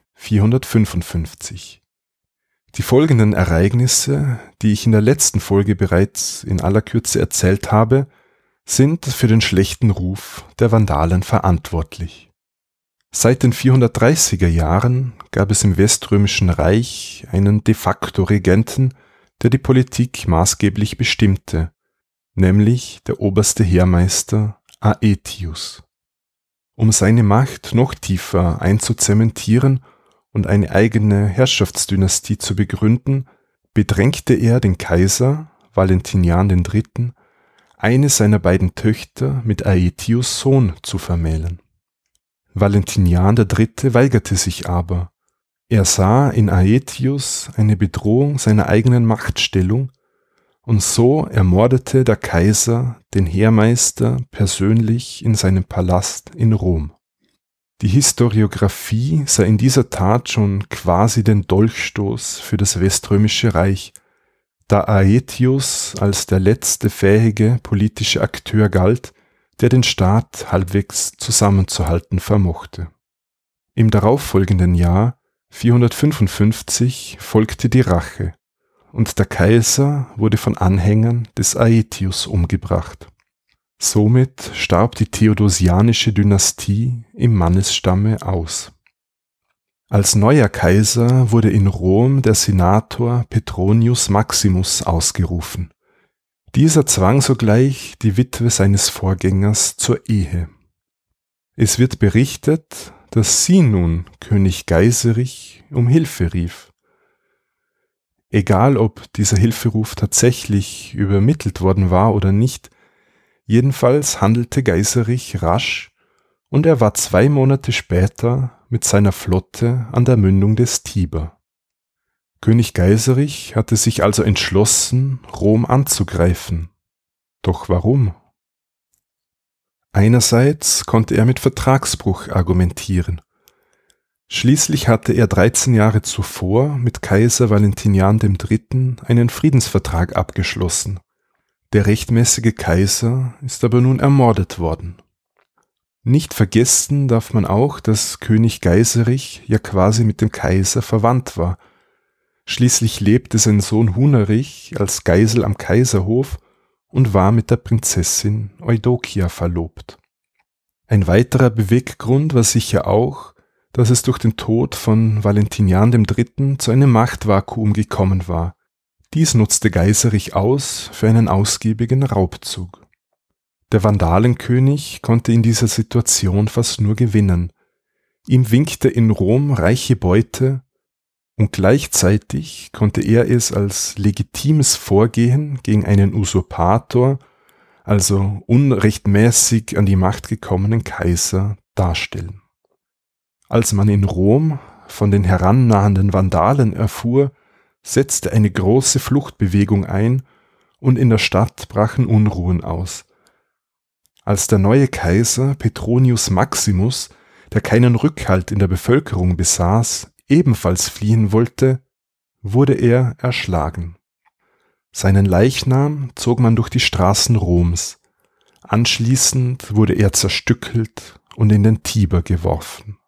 vierhundertfünfundfünfzig. Die folgenden Ereignisse, die ich in der letzten Folge bereits in aller Kürze erzählt habe, sind für den schlechten Ruf der Vandalen verantwortlich. Seit den vierhundertdreißiger Jahren gab es im Weströmischen Reich einen de facto Regenten, der die Politik maßgeblich bestimmte, nämlich der oberste Heermeister Aetius. Um seine Macht noch tiefer einzuzementieren und eine eigene Herrschaftsdynastie zu begründen, bedrängte er den Kaiser Valentinian der Dritte., eine seiner beiden Töchter mit Aetius' Sohn zu vermählen. Valentinian der Dritte. weigerte sich aber. Er sah in Aetius eine Bedrohung seiner eigenen Machtstellung, und so ermordete der Kaiser den Heermeister persönlich in seinem Palast in Rom. Die Historiographie sah in dieser Tat schon quasi den Dolchstoß für das Weströmische Reich, da Aetius als der letzte fähige politische Akteur galt, der den Staat halbwegs zusammenzuhalten vermochte. Im darauffolgenden Jahr vierhundertfünfundfünfzig folgte die Rache, und der Kaiser wurde von Anhängern des Aetius umgebracht. Somit starb die theodosianische Dynastie im Mannesstamme aus. Als neuer Kaiser wurde in Rom der Senator Petronius Maximus ausgerufen. Dieser zwang sogleich die Witwe seines Vorgängers zur Ehe. Es wird berichtet, dass sie nun König Geiserich um Hilfe rief. Egal, ob dieser Hilferuf tatsächlich übermittelt worden war oder nicht, jedenfalls handelte Geiserich rasch und er war zwei Monate später mit seiner Flotte an der Mündung des Tiber. König Geiserich hatte sich also entschlossen, Rom anzugreifen. Doch warum? Einerseits konnte er mit Vertragsbruch argumentieren. Schließlich hatte er dreizehn Jahre zuvor mit Kaiser Valentinian der Dritte. einen Friedensvertrag abgeschlossen. Der rechtmäßige Kaiser ist aber nun ermordet worden. Nicht vergessen darf man auch, dass König Geiserich ja quasi mit dem Kaiser verwandt war. Schließlich lebte sein Sohn Hunerich als Geisel am Kaiserhof und war mit der Prinzessin Eudokia verlobt. Ein weiterer Beweggrund war sicher auch, dass es durch den Tod von Valentinian der Dritte. zu einem Machtvakuum gekommen war. Dies nutzte Geiserich aus für einen ausgiebigen Raubzug. Der Vandalenkönig konnte in dieser Situation fast nur gewinnen. Ihm winkte in Rom reiche Beute, und gleichzeitig konnte er es als legitimes Vorgehen gegen einen Usurpator, also unrechtmäßig an die Macht gekommenen Kaiser, darstellen. Als man in Rom von den herannahenden Vandalen erfuhr, setzte eine große Fluchtbewegung ein und in der Stadt brachen Unruhen aus. Als der neue Kaiser Petronius Maximus, der keinen Rückhalt in der Bevölkerung besaß, ebenfalls fliehen wollte, wurde er erschlagen. Seinen Leichnam zog man durch die Straßen Roms. Anschließend wurde er zerstückelt und in den Tiber geworfen.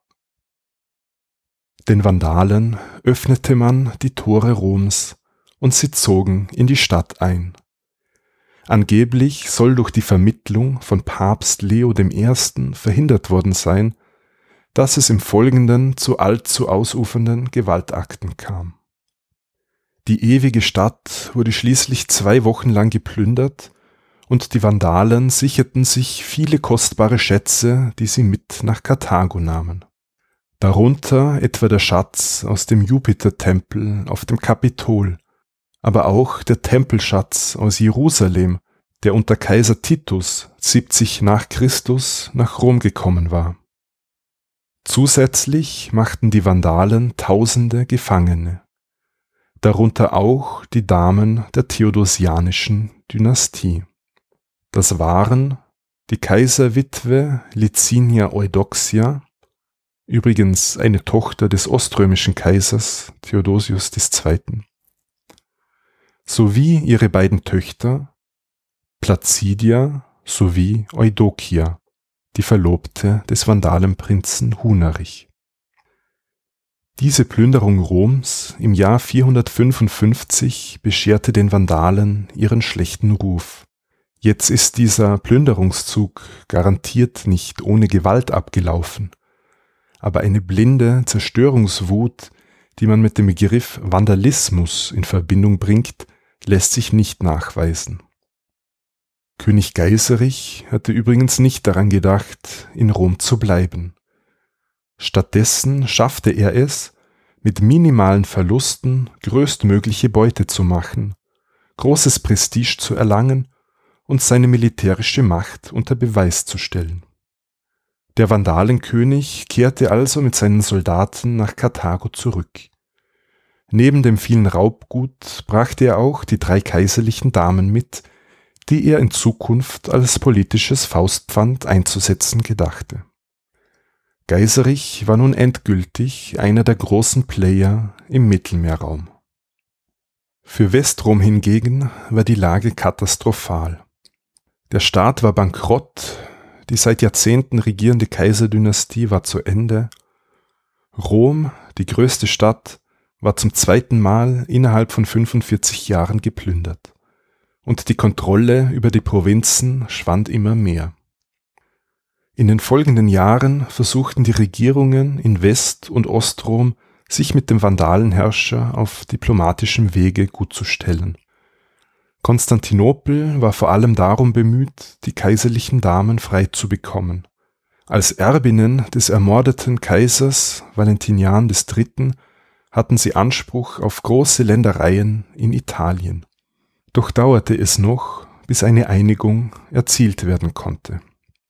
Den Vandalen öffnete man die Tore Roms und sie zogen in die Stadt ein. Angeblich soll durch die Vermittlung von Papst Leo der Erste. verhindert worden sein, dass es im Folgenden zu allzu ausufernden Gewaltakten kam. Die ewige Stadt wurde schließlich zwei Wochen lang geplündert und die Vandalen sicherten sich viele kostbare Schätze, die sie mit nach Karthago nahmen. Darunter etwa der Schatz aus dem Jupitertempel auf dem Kapitol, aber auch der Tempelschatz aus Jerusalem, der unter Kaiser Titus siebzig nach Christus nach Rom gekommen war. Zusätzlich machten die Vandalen tausende Gefangene, darunter auch die Damen der theodosianischen Dynastie. Das waren die Kaiserwitwe Licinia Eudoxia, übrigens eine Tochter des oströmischen Kaisers Theodosius der Zweite., sowie ihre beiden Töchter Placidia sowie Eudokia, die Verlobte des Vandalenprinzen Hunarich. Diese Plünderung Roms im Jahr vierhundertfünfundfünfzig bescherte den Vandalen ihren schlechten Ruf. Jetzt ist dieser Plünderungszug garantiert nicht ohne Gewalt abgelaufen, aber eine blinde Zerstörungswut, die man mit dem Begriff Vandalismus in Verbindung bringt, lässt sich nicht nachweisen. König Geiserich hatte übrigens nicht daran gedacht, in Rom zu bleiben. Stattdessen schaffte er es, mit minimalen Verlusten größtmögliche Beute zu machen, großes Prestige zu erlangen und seine militärische Macht unter Beweis zu stellen. Der Vandalenkönig kehrte also mit seinen Soldaten nach Karthago zurück. Neben dem vielen Raubgut brachte er auch die drei kaiserlichen Damen mit, die er in Zukunft als politisches Faustpfand einzusetzen gedachte. Geiserich war nun endgültig einer der großen Player im Mittelmeerraum. Für Westrom hingegen war die Lage katastrophal. Der Staat war bankrott, die seit Jahrzehnten regierende Kaiserdynastie war zu Ende, Rom, die größte Stadt, war zum zweiten Mal innerhalb von fünfundvierzig Jahren geplündert, und die Kontrolle über die Provinzen schwand immer mehr. In den folgenden Jahren versuchten die Regierungen in West- und Ostrom, sich mit dem Vandalenherrscher auf diplomatischem Wege gutzustellen. Konstantinopel war vor allem darum bemüht, die kaiserlichen Damen frei zu bekommen. Als Erbinnen des ermordeten Kaisers Valentinian der Dritte. hatten sie Anspruch auf große Ländereien in Italien. Doch dauerte es noch, bis eine Einigung erzielt werden konnte.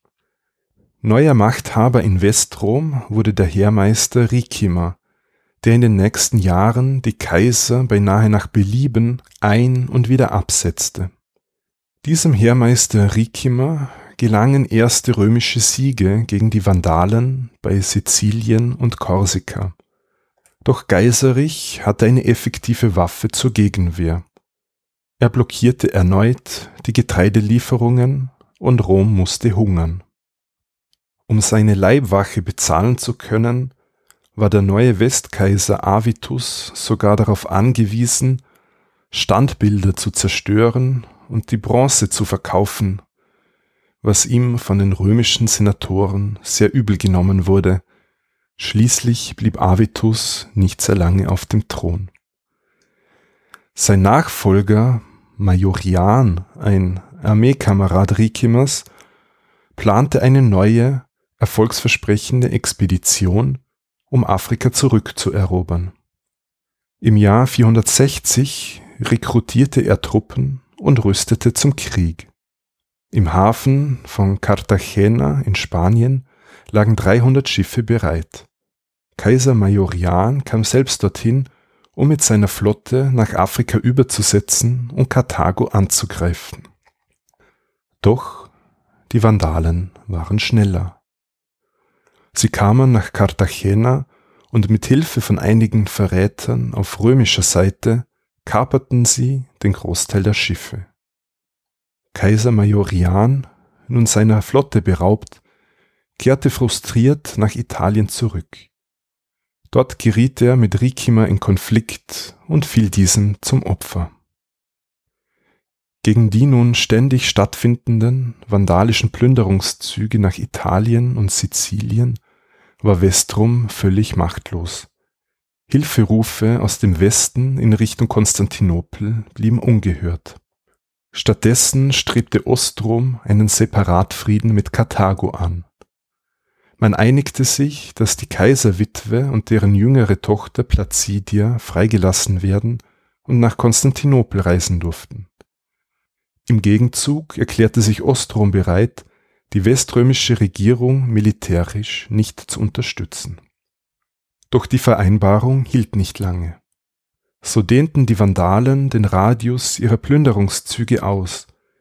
Neuer Machthaber in Westrom wurde der Heermeister Ricimer, der in den nächsten Jahren die Kaiser beinahe nach Belieben ein- und wieder absetzte. Diesem Heermeister Ricimer gelangen erste römische Siege gegen die Vandalen bei Sizilien und Korsika. Doch Geiserich hatte eine effektive Waffe zur Gegenwehr. Er blockierte erneut die Getreidelieferungen und Rom musste hungern. Um seine Leibwache bezahlen zu können, war der neue Westkaiser Avitus sogar darauf angewiesen, Standbilder zu zerstören und die Bronze zu verkaufen, was ihm von den römischen Senatoren sehr übel genommen wurde. Schließlich blieb Avitus nicht sehr lange auf dem Thron. Sein Nachfolger Majorian, ein Armeekamerad Ricimers, plante eine neue, erfolgsversprechende Expedition, um Afrika zurückzuerobern. Im Jahr vierhundertsechzig rekrutierte er Truppen und rüstete zum Krieg. Im Hafen von Cartagena in Spanien lagen dreihundert Schiffe bereit. Kaiser Majorian kam selbst dorthin, um mit seiner Flotte nach Afrika überzusetzen und Karthago anzugreifen. Doch die Vandalen waren schneller. Sie kamen nach Cartagena und mit Hilfe von einigen Verrätern auf römischer Seite kaperten sie den Großteil der Schiffe. Kaiser Majorian, nun seiner Flotte beraubt, kehrte frustriert nach Italien zurück. Dort geriet er mit Ricimer in Konflikt und fiel diesem zum Opfer. Gegen die nun ständig stattfindenden vandalischen Plünderungszüge nach Italien und Sizilien war Westrum völlig machtlos. Hilferufe aus dem Westen in Richtung Konstantinopel blieben ungehört. Stattdessen strebte Ostrom einen Separatfrieden mit Karthago an. Man einigte sich, dass die Kaiserwitwe und deren jüngere Tochter Placidia freigelassen werden und nach Konstantinopel reisen durften. Im Gegenzug erklärte sich Ostrom bereit, die weströmische Regierung militärisch nicht zu unterstützen. Doch die Vereinbarung hielt nicht lange. So dehnten die Vandalen den Radius ihrer Plünderungszüge aus.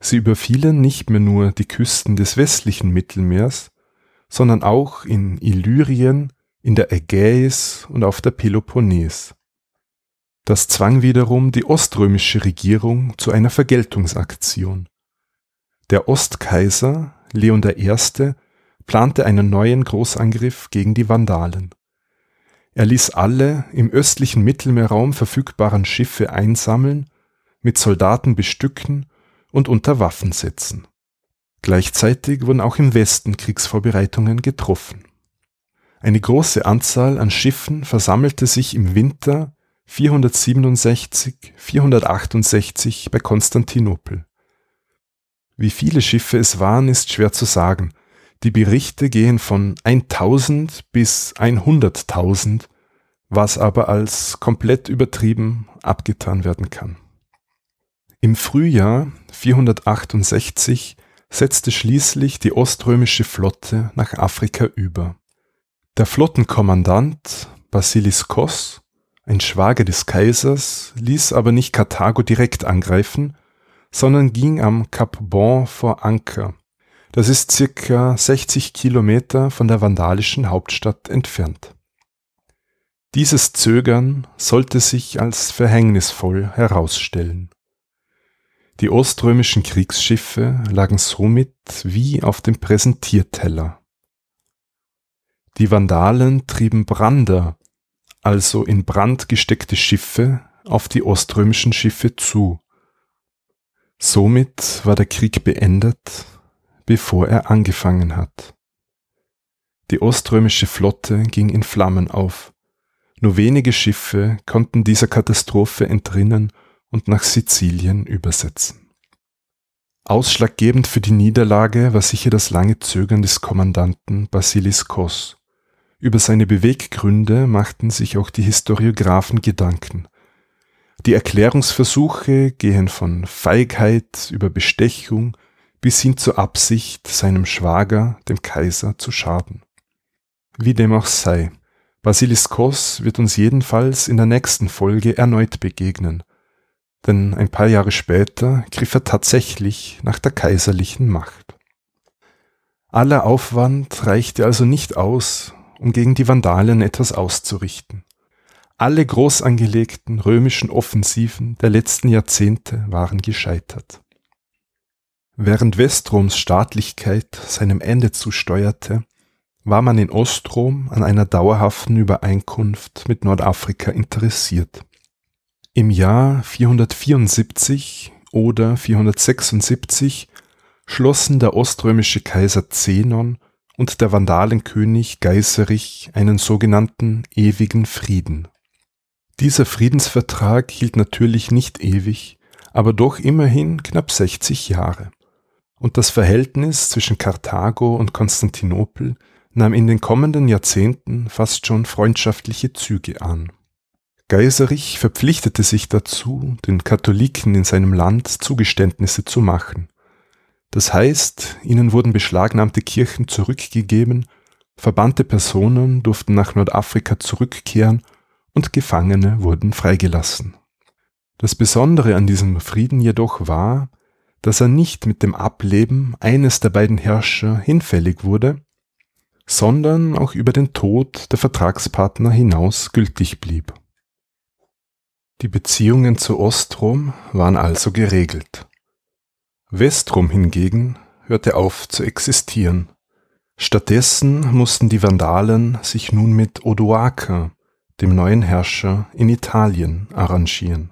Sie überfielen nicht mehr nur die Küsten des westlichen Mittelmeers, sondern auch in Illyrien, in der Ägäis und auf der Peloponnes. Das zwang wiederum die oströmische Regierung zu einer Vergeltungsaktion. Der Ostkaiser, Leon der Erste, plante einen neuen Großangriff gegen die Vandalen. Er ließ alle im östlichen Mittelmeerraum verfügbaren Schiffe einsammeln, mit Soldaten bestücken und unter Waffen setzen. Gleichzeitig wurden auch im Westen Kriegsvorbereitungen getroffen. Eine große Anzahl an Schiffen versammelte sich im Winter vierhundertsiebenundsechzig, vierhundertachtundsechzig bei Konstantinopel. Wie viele Schiffe es waren, ist schwer zu sagen. Die Berichte gehen von tausend bis hunderttausend, was aber als komplett übertrieben abgetan werden kann. Im Frühjahr vierhundertachtundsechzig setzte schließlich die oströmische Flotte nach Afrika über. Der Flottenkommandant Basiliskos, ein Schwager des Kaisers, ließ aber nicht Karthago direkt angreifen, sondern ging am Kap Bon vor Anker. Das ist circa sechzig Kilometer von der vandalischen Hauptstadt entfernt. Dieses Zögern sollte sich als verhängnisvoll herausstellen. Die oströmischen Kriegsschiffe lagen somit wie auf dem Präsentierteller. Die Vandalen trieben Brander, also in Brand gesteckte Schiffe, auf die oströmischen Schiffe zu. Somit war der Krieg beendet, bevor er angefangen hat. Die oströmische Flotte ging in Flammen auf. Nur wenige Schiffe konnten dieser Katastrophe entrinnen und nach Sizilien übersetzen. Ausschlaggebend für die Niederlage war sicher das lange Zögern des Kommandanten Basiliskos. Über seine Beweggründe machten sich auch die Historiographen Gedanken. Die Erklärungsversuche gehen von Feigheit über Bestechung bis hin zur Absicht, seinem Schwager, dem Kaiser, zu schaden. Wie dem auch sei, Basiliskos wird uns jedenfalls in der nächsten Folge erneut begegnen, denn ein paar Jahre später griff er tatsächlich nach der kaiserlichen Macht. Aller Aufwand reichte also nicht aus, um gegen die Vandalen etwas auszurichten. Alle groß angelegten römischen Offensiven der letzten Jahrzehnte waren gescheitert. Während Westroms Staatlichkeit seinem Ende zusteuerte, war man in Ostrom an einer dauerhaften Übereinkunft mit Nordafrika interessiert. Im Jahr vierhundertvierundsiebzig oder vierhundertsechsundsiebzig schlossen der oströmische Kaiser Zenon und der Vandalenkönig Geiserich einen sogenannten ewigen Frieden. Dieser Friedensvertrag hielt natürlich nicht ewig, aber doch immerhin knapp sechzig Jahre. Und das Verhältnis zwischen Karthago und Konstantinopel nahm in den kommenden Jahrzehnten fast schon freundschaftliche Züge an. Geiserich verpflichtete sich dazu, den Katholiken in seinem Land Zugeständnisse zu machen. Das heißt, ihnen wurden beschlagnahmte Kirchen zurückgegeben, verbannte Personen durften nach Nordafrika zurückkehren und Gefangene wurden freigelassen. Das Besondere an diesem Frieden jedoch war, dass er nicht mit dem Ableben eines der beiden Herrscher hinfällig wurde, sondern auch über den Tod der Vertragspartner hinaus gültig blieb. Die Beziehungen zu Ostrom waren also geregelt. Westrom hingegen hörte auf zu existieren. Stattdessen mussten die Vandalen sich nun mit Odoaker, dem neuen Herrscher in Italien, arrangieren.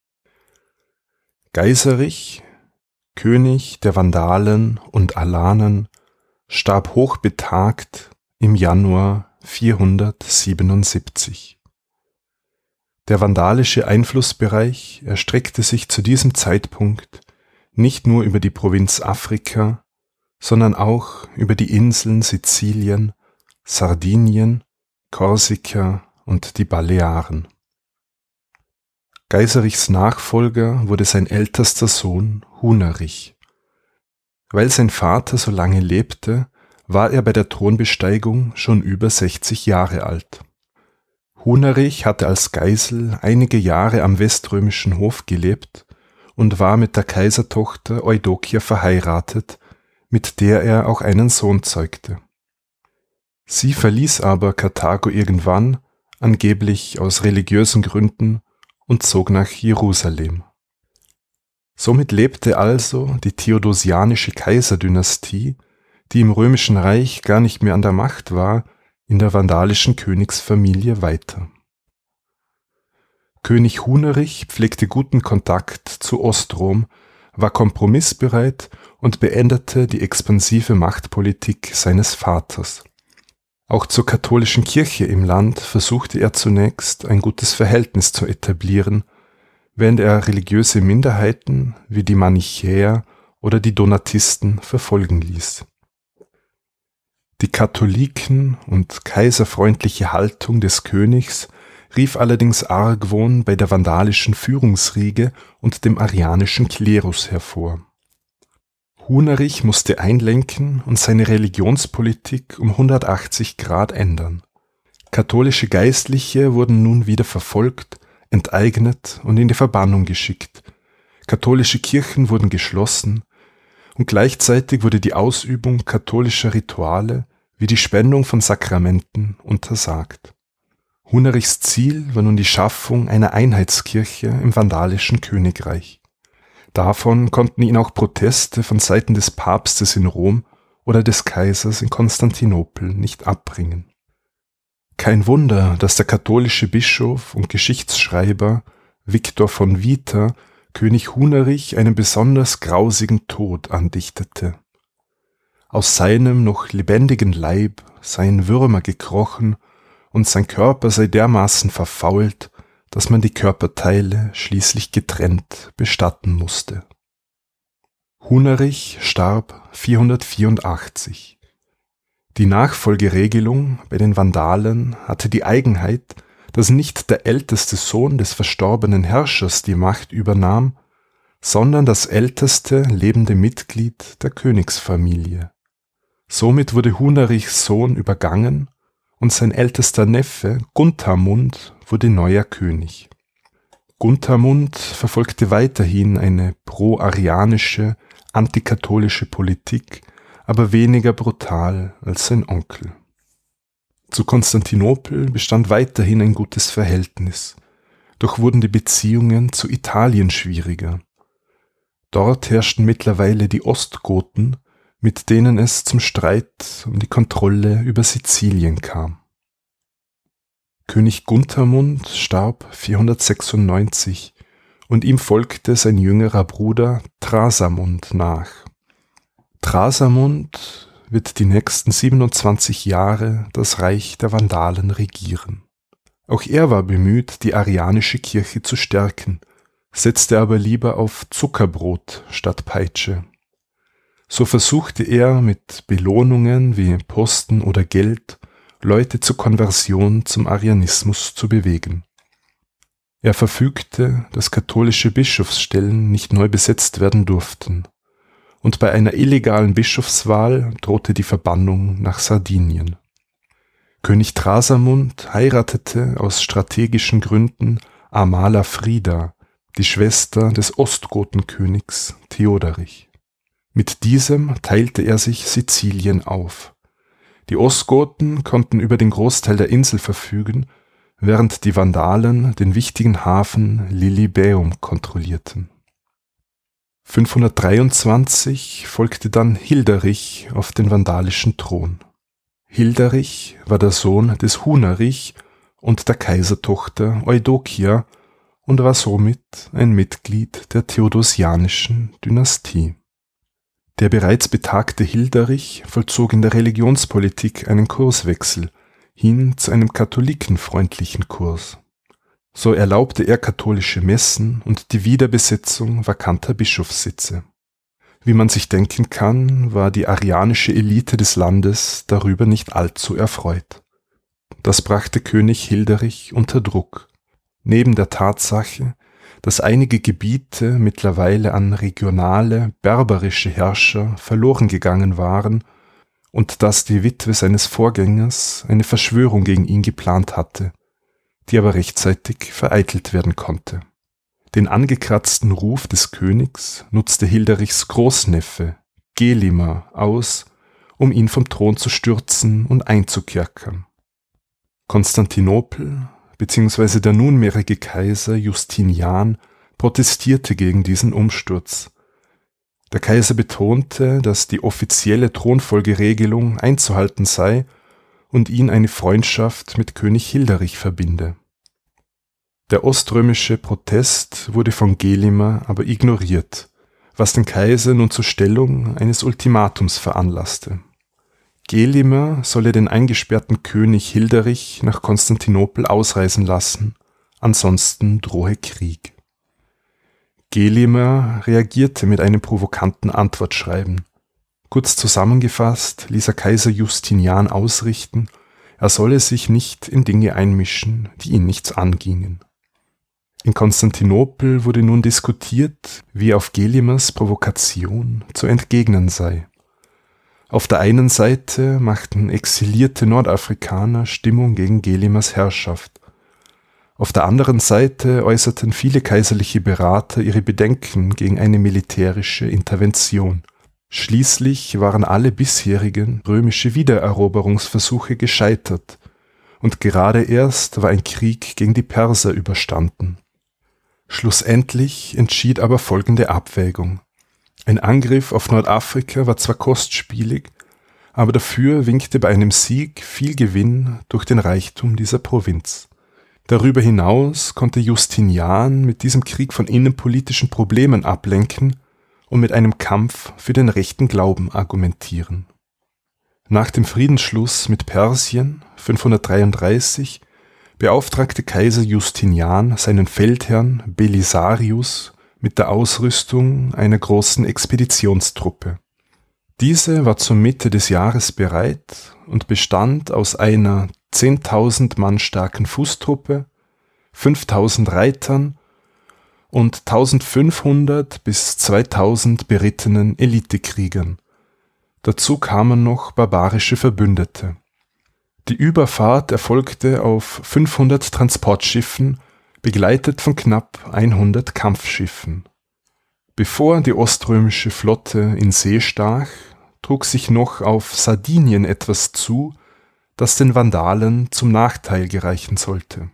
Geiserich, König der Vandalen und Alanen, starb hochbetagt im Januar vierhundertsiebenundsiebzig. Der vandalische Einflussbereich erstreckte sich zu diesem Zeitpunkt nicht nur über die Provinz Afrika, sondern auch über die Inseln Sizilien, Sardinien, Korsika und die Balearen. Geiserichs Nachfolger wurde sein ältester Sohn Hunarich. Weil sein Vater so lange lebte, war er bei der Thronbesteigung schon über sechzig Jahre alt. Hunarich hatte als Geisel einige Jahre am weströmischen Hof gelebt und war mit der Kaisertochter Eudokia verheiratet, mit der er auch einen Sohn zeugte. Sie verließ aber Karthago irgendwann, angeblich aus religiösen Gründen, und zog nach Jerusalem. Somit lebte also die theodosianische Kaiserdynastie, die im Römischen Reich gar nicht mehr an der Macht war, in der vandalischen Königsfamilie weiter. König Hunerich pflegte guten Kontakt zu Ostrom, war kompromissbereit und beendete die expansive Machtpolitik seines Vaters. Auch zur katholischen Kirche im Land versuchte er zunächst ein gutes Verhältnis zu etablieren, während er religiöse Minderheiten wie die Manichäer oder die Donatisten verfolgen ließ. Die Katholiken und kaiserfreundliche Haltung des Königs rief allerdings Argwohn bei der vandalischen Führungsriege und dem arianischen Klerus hervor. Hunerich musste einlenken und seine Religionspolitik um hundertachtzig Grad ändern. Katholische Geistliche wurden nun wieder verfolgt, enteignet und in die Verbannung geschickt. Katholische Kirchen wurden geschlossen und gleichzeitig wurde die Ausübung katholischer Rituale wie die Spendung von Sakramenten untersagt. Hunerichs Ziel war nun die Schaffung einer Einheitskirche im vandalischen Königreich. Davon konnten ihn auch Proteste von Seiten des Papstes in Rom oder des Kaisers in Konstantinopel nicht abbringen. Kein Wunder, dass der katholische Bischof und Geschichtsschreiber Viktor von Vita König Hunerich einen besonders grausigen Tod andichtete. Aus seinem noch lebendigen Leib seien Würmer gekrochen und sein Körper sei dermaßen verfault, dass man die Körperteile schließlich getrennt bestatten musste. Hunerich starb vierhundertvierundachtzig. Die Nachfolgeregelung bei den Vandalen hatte die Eigenheit, dass nicht der älteste Sohn des verstorbenen Herrschers die Macht übernahm, sondern das älteste lebende Mitglied der Königsfamilie. Somit wurde Hunerichs Sohn übergangen und sein ältester Neffe Gunthermund wurde neuer König. Gunthermund verfolgte weiterhin eine pro-arianische, antikatholische Politik, aber weniger brutal als sein Onkel. Zu Konstantinopel bestand weiterhin ein gutes Verhältnis, doch wurden die Beziehungen zu Italien schwieriger. Dort herrschten mittlerweile die Ostgoten, mit denen es zum Streit um die Kontrolle über Sizilien kam. König Gunthermund starb vierhundertsechsundneunzig und ihm folgte sein jüngerer Bruder Thrasamund nach. Thrasamund wird die nächsten siebenundzwanzig Jahre das Reich der Vandalen regieren. Auch er war bemüht, die arianische Kirche zu stärken, setzte aber lieber auf Zuckerbrot statt Peitsche. So versuchte er mit Belohnungen wie Posten oder Geld Leute zur Konversion zum Arianismus zu bewegen. Er verfügte, dass katholische Bischofsstellen nicht neu besetzt werden durften, und bei einer illegalen Bischofswahl drohte die Verbannung nach Sardinien. König Thrasamund heiratete aus strategischen Gründen Amalafrida, die Schwester des Ostgotenkönigs Theoderich. Mit diesem teilte er sich Sizilien auf. Die Ostgoten konnten über den Großteil der Insel verfügen, während die Vandalen den wichtigen Hafen Lilybaeum kontrollierten. fünfhundertdreiundzwanzig folgte dann Hilderich auf den vandalischen Thron. Hilderich war der Sohn des Hunerich und der Kaisertochter Eudokia und war somit ein Mitglied der theodosianischen Dynastie. Der bereits betagte Hilderich vollzog in der Religionspolitik einen Kurswechsel hin zu einem katholikenfreundlichen Kurs. So erlaubte er katholische Messen und die Wiederbesetzung vakanter Bischofssitze. Wie man sich denken kann, war die arianische Elite des Landes darüber nicht allzu erfreut. Das brachte König Hilderich unter Druck. Neben der Tatsache, dass einige Gebiete mittlerweile an regionale, berberische Herrscher verloren gegangen waren und dass die Witwe seines Vorgängers eine Verschwörung gegen ihn geplant hatte, die aber rechtzeitig vereitelt werden konnte. Den angekratzten Ruf des Königs nutzte Hilderichs Großneffe Gelimer aus, um ihn vom Thron zu stürzen und einzukerkern. Konstantinopel bzw. der nunmehrige Kaiser Justinian protestierte gegen diesen Umsturz. Der Kaiser betonte, dass die offizielle Thronfolgeregelung einzuhalten sei und ihn eine Freundschaft mit König Hilderich verbinde. Der oströmische Protest wurde von Gelimer aber ignoriert, was den Kaiser nun zur Stellung eines Ultimatums veranlasste. Gelimer solle den eingesperrten König Hilderich nach Konstantinopel ausreisen lassen, ansonsten drohe Krieg. Gelimer reagierte mit einem provokanten Antwortschreiben. Kurz zusammengefasst ließ er Kaiser Justinian ausrichten, er solle sich nicht in Dinge einmischen, die ihn nichts angingen. In Konstantinopel wurde nun diskutiert, wie auf Gelimers Provokation zu entgegnen sei. Auf der einen Seite machten exilierte Nordafrikaner Stimmung gegen Gelimers Herrschaft. Auf der anderen Seite äußerten viele kaiserliche Berater ihre Bedenken gegen eine militärische Intervention. Schließlich waren alle bisherigen römische Wiedereroberungsversuche gescheitert und gerade erst war ein Krieg gegen die Perser überstanden. Schlussendlich entschied aber folgende Abwägung. Ein Angriff auf Nordafrika war zwar kostspielig, aber dafür winkte bei einem Sieg viel Gewinn durch den Reichtum dieser Provinz. Darüber hinaus konnte Justinian mit diesem Krieg von innenpolitischen Problemen ablenken und mit einem Kampf für den rechten Glauben argumentieren. Nach dem Friedensschluss mit Persien fünfhundertdreiunddreißig beauftragte Kaiser Justinian seinen Feldherrn Belisarius mit der Ausrüstung einer großen Expeditionstruppe. Diese war zur Mitte des Jahres bereit und bestand aus einer zehntausend Mann starken Fußtruppe, fünftausend Reitern und eintausendfünfhundert bis zweitausend berittenen Elitekriegern. Dazu kamen noch barbarische Verbündete. Die Überfahrt erfolgte auf fünfhundert Transportschiffen, begleitet von knapp hundert Kampfschiffen. Bevor die oströmische Flotte in See stach, trug sich noch auf Sardinien etwas zu, das den Vandalen zum Nachteil gereichen sollte.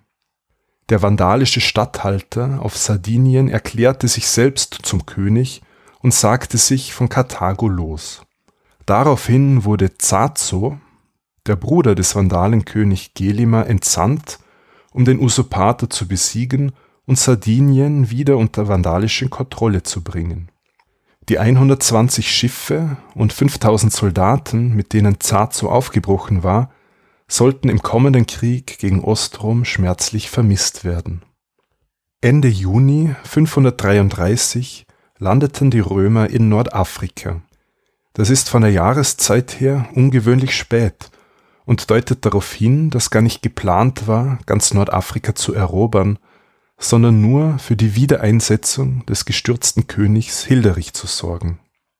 Der vandalische Statthalter auf Sardinien erklärte sich selbst zum König und sagte sich von Karthago los. Daraufhin wurde Zazo, der Bruder des Vandalenkönig Gelimer, entsandt, um den Usurpator zu besiegen und Sardinien wieder unter vandalische Kontrolle zu bringen. Die hundertzwanzig Schiffe und fünftausend Soldaten, mit denen Zazo aufgebrochen war, sollten im kommenden Krieg gegen Ostrom schmerzlich vermisst werden. Ende Juni fünfhundertdreiunddreißig landeten die Römer in Nordafrika. Das ist von der Jahreszeit her ungewöhnlich spät und deutet darauf hin, dass gar nicht geplant war, ganz Nordafrika zu erobern, sondern nur für die Wiedereinsetzung des gestürzten Königs Hilderich zu sorgen.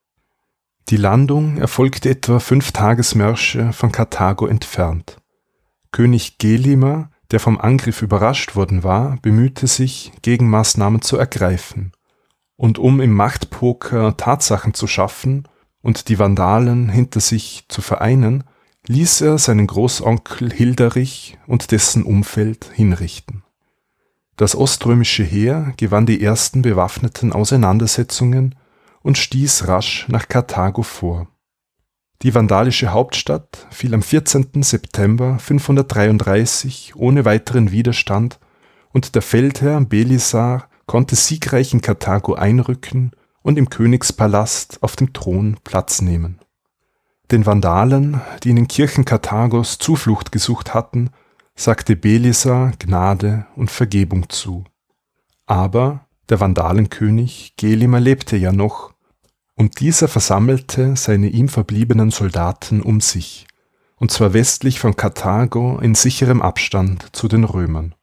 Die Landung erfolgte etwa fünf Tagesmärsche von Karthago entfernt. König Gelimer, der vom Angriff überrascht worden war, bemühte sich, Gegenmaßnahmen zu ergreifen. Und um im Machtpoker Tatsachen zu schaffen und die Vandalen hinter sich zu vereinen, ließ er seinen Großonkel Hilderich und dessen Umfeld hinrichten. Das oströmische Heer gewann die ersten bewaffneten Auseinandersetzungen und stieß rasch nach Karthago vor. Die vandalische Hauptstadt fiel am vierzehnten September fünfhundertdreiunddreißig ohne weiteren Widerstand und der Feldherr Belisar konnte siegreich in Karthago einrücken und im Königspalast auf dem Thron Platz nehmen. Den Vandalen, die in den Kirchen Karthagos Zuflucht gesucht hatten, sagte Belisar Gnade und Vergebung zu. Aber der Vandalenkönig Gelimer lebte ja noch, und dieser versammelte seine ihm verbliebenen Soldaten um sich, und zwar westlich von Karthago in sicherem Abstand zu den Römern.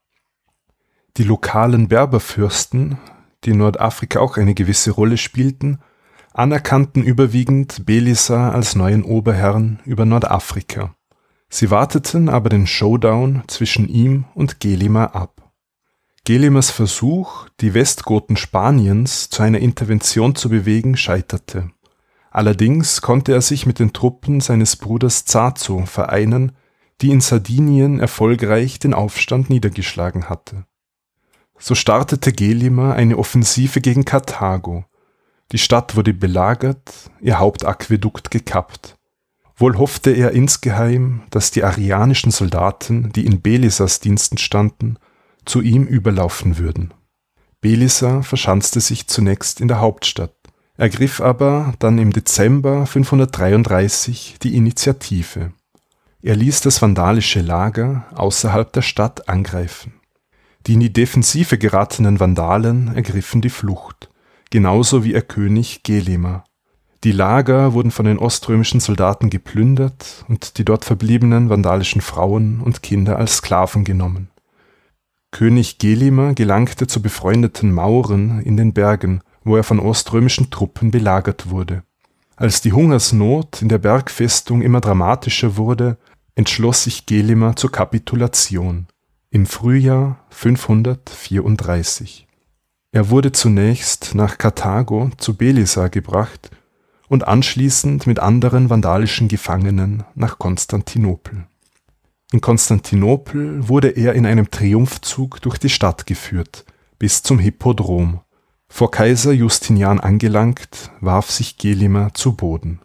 Die lokalen Berberfürsten, die in Nordafrika auch eine gewisse Rolle spielten, anerkannten überwiegend Belisar als neuen Oberherrn über Nordafrika. Sie warteten aber den Showdown zwischen ihm und Gelimer ab. Gelimers Versuch, die Westgoten Spaniens zu einer Intervention zu bewegen, scheiterte. Allerdings konnte er sich mit den Truppen seines Bruders Zazo vereinen, die in Sardinien erfolgreich den Aufstand niedergeschlagen hatte. So startete Gelimer eine Offensive gegen Karthago. Die Stadt wurde belagert, ihr Hauptaquädukt gekappt. Wohl hoffte er insgeheim, dass die arianischen Soldaten, die in Belisars Diensten standen, zu ihm überlaufen würden. Belisar verschanzte sich zunächst in der Hauptstadt, ergriff aber dann im Dezember fünfhundertdreiunddreißig die Initiative. Er ließ das vandalische Lager außerhalb der Stadt angreifen. Die in die Defensive geratenen Vandalen ergriffen die Flucht, genauso wie ihr König Gelimer. Die Lager wurden von den oströmischen Soldaten geplündert und die dort verbliebenen vandalischen Frauen und Kinder als Sklaven genommen. König Gelimer gelangte zu befreundeten Mauren in den Bergen, wo er von oströmischen Truppen belagert wurde. Als die Hungersnot in der Bergfestung immer dramatischer wurde, entschloss sich Gelimer zur Kapitulation im Frühjahr fünfhundertvierunddreißig. Er wurde zunächst nach Karthago zu Belisar gebracht und anschließend mit anderen vandalischen Gefangenen nach Konstantinopel. In Konstantinopel wurde er in einem Triumphzug durch die Stadt geführt, bis zum Hippodrom. Vor Kaiser Justinian angelangt, warf sich Gelimer zu Boden.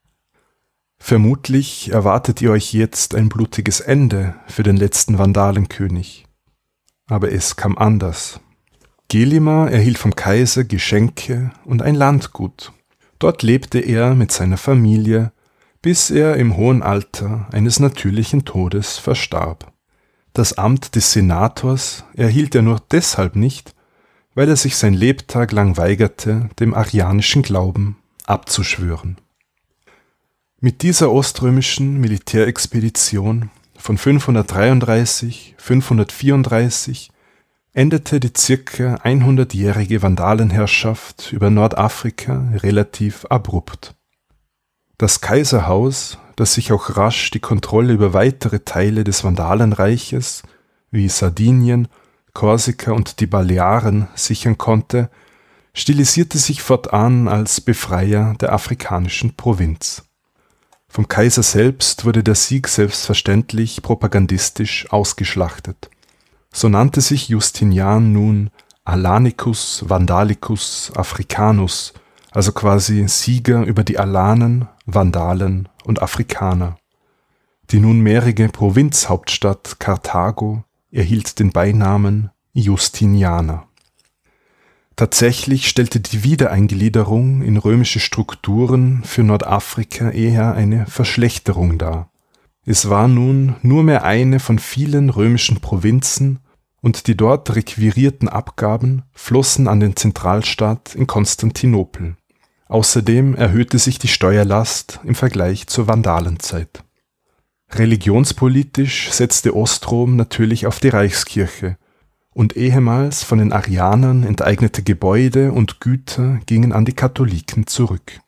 Vermutlich erwartet ihr euch jetzt ein blutiges Ende für den letzten Vandalenkönig. Aber es kam anders. Gelimer erhielt vom Kaiser Geschenke und ein Landgut. Dort lebte er mit seiner Familie, bis er im hohen Alter eines natürlichen Todes verstarb. Das Amt des Senators erhielt er nur deshalb nicht, weil er sich sein Lebtag lang weigerte, dem arianischen Glauben abzuschwören. Mit dieser oströmischen Militärexpedition von fünfhundertdreiunddreißig bis fünfhundertvierunddreißig endete die circa hundertjährige Vandalenherrschaft über Nordafrika relativ abrupt. Das Kaiserhaus, das sich auch rasch die Kontrolle über weitere Teile des Vandalenreiches wie Sardinien, Korsika und die Balearen sichern konnte, stilisierte sich fortan als Befreier der afrikanischen Provinz. Vom Kaiser selbst wurde der Sieg selbstverständlich propagandistisch ausgeschlachtet. So nannte sich Justinian nun Alanicus Vandalicus Africanus, also quasi Sieger über die Alanen, Vandalen und Afrikaner. Die nunmehrige Provinzhauptstadt Karthago erhielt den Beinamen Justiniana. Tatsächlich stellte die Wiedereingliederung in römische Strukturen für Nordafrika eher eine Verschlechterung dar. Es war nun nur mehr eine von vielen römischen Provinzen und die dort requirierten Abgaben flossen an den Zentralstaat in Konstantinopel. Außerdem erhöhte sich die Steuerlast im Vergleich zur Vandalenzeit. Religionspolitisch setzte Ostrom natürlich auf die Reichskirche, und ehemals von den Arianern enteignete Gebäude und Güter gingen an die Katholiken zurück.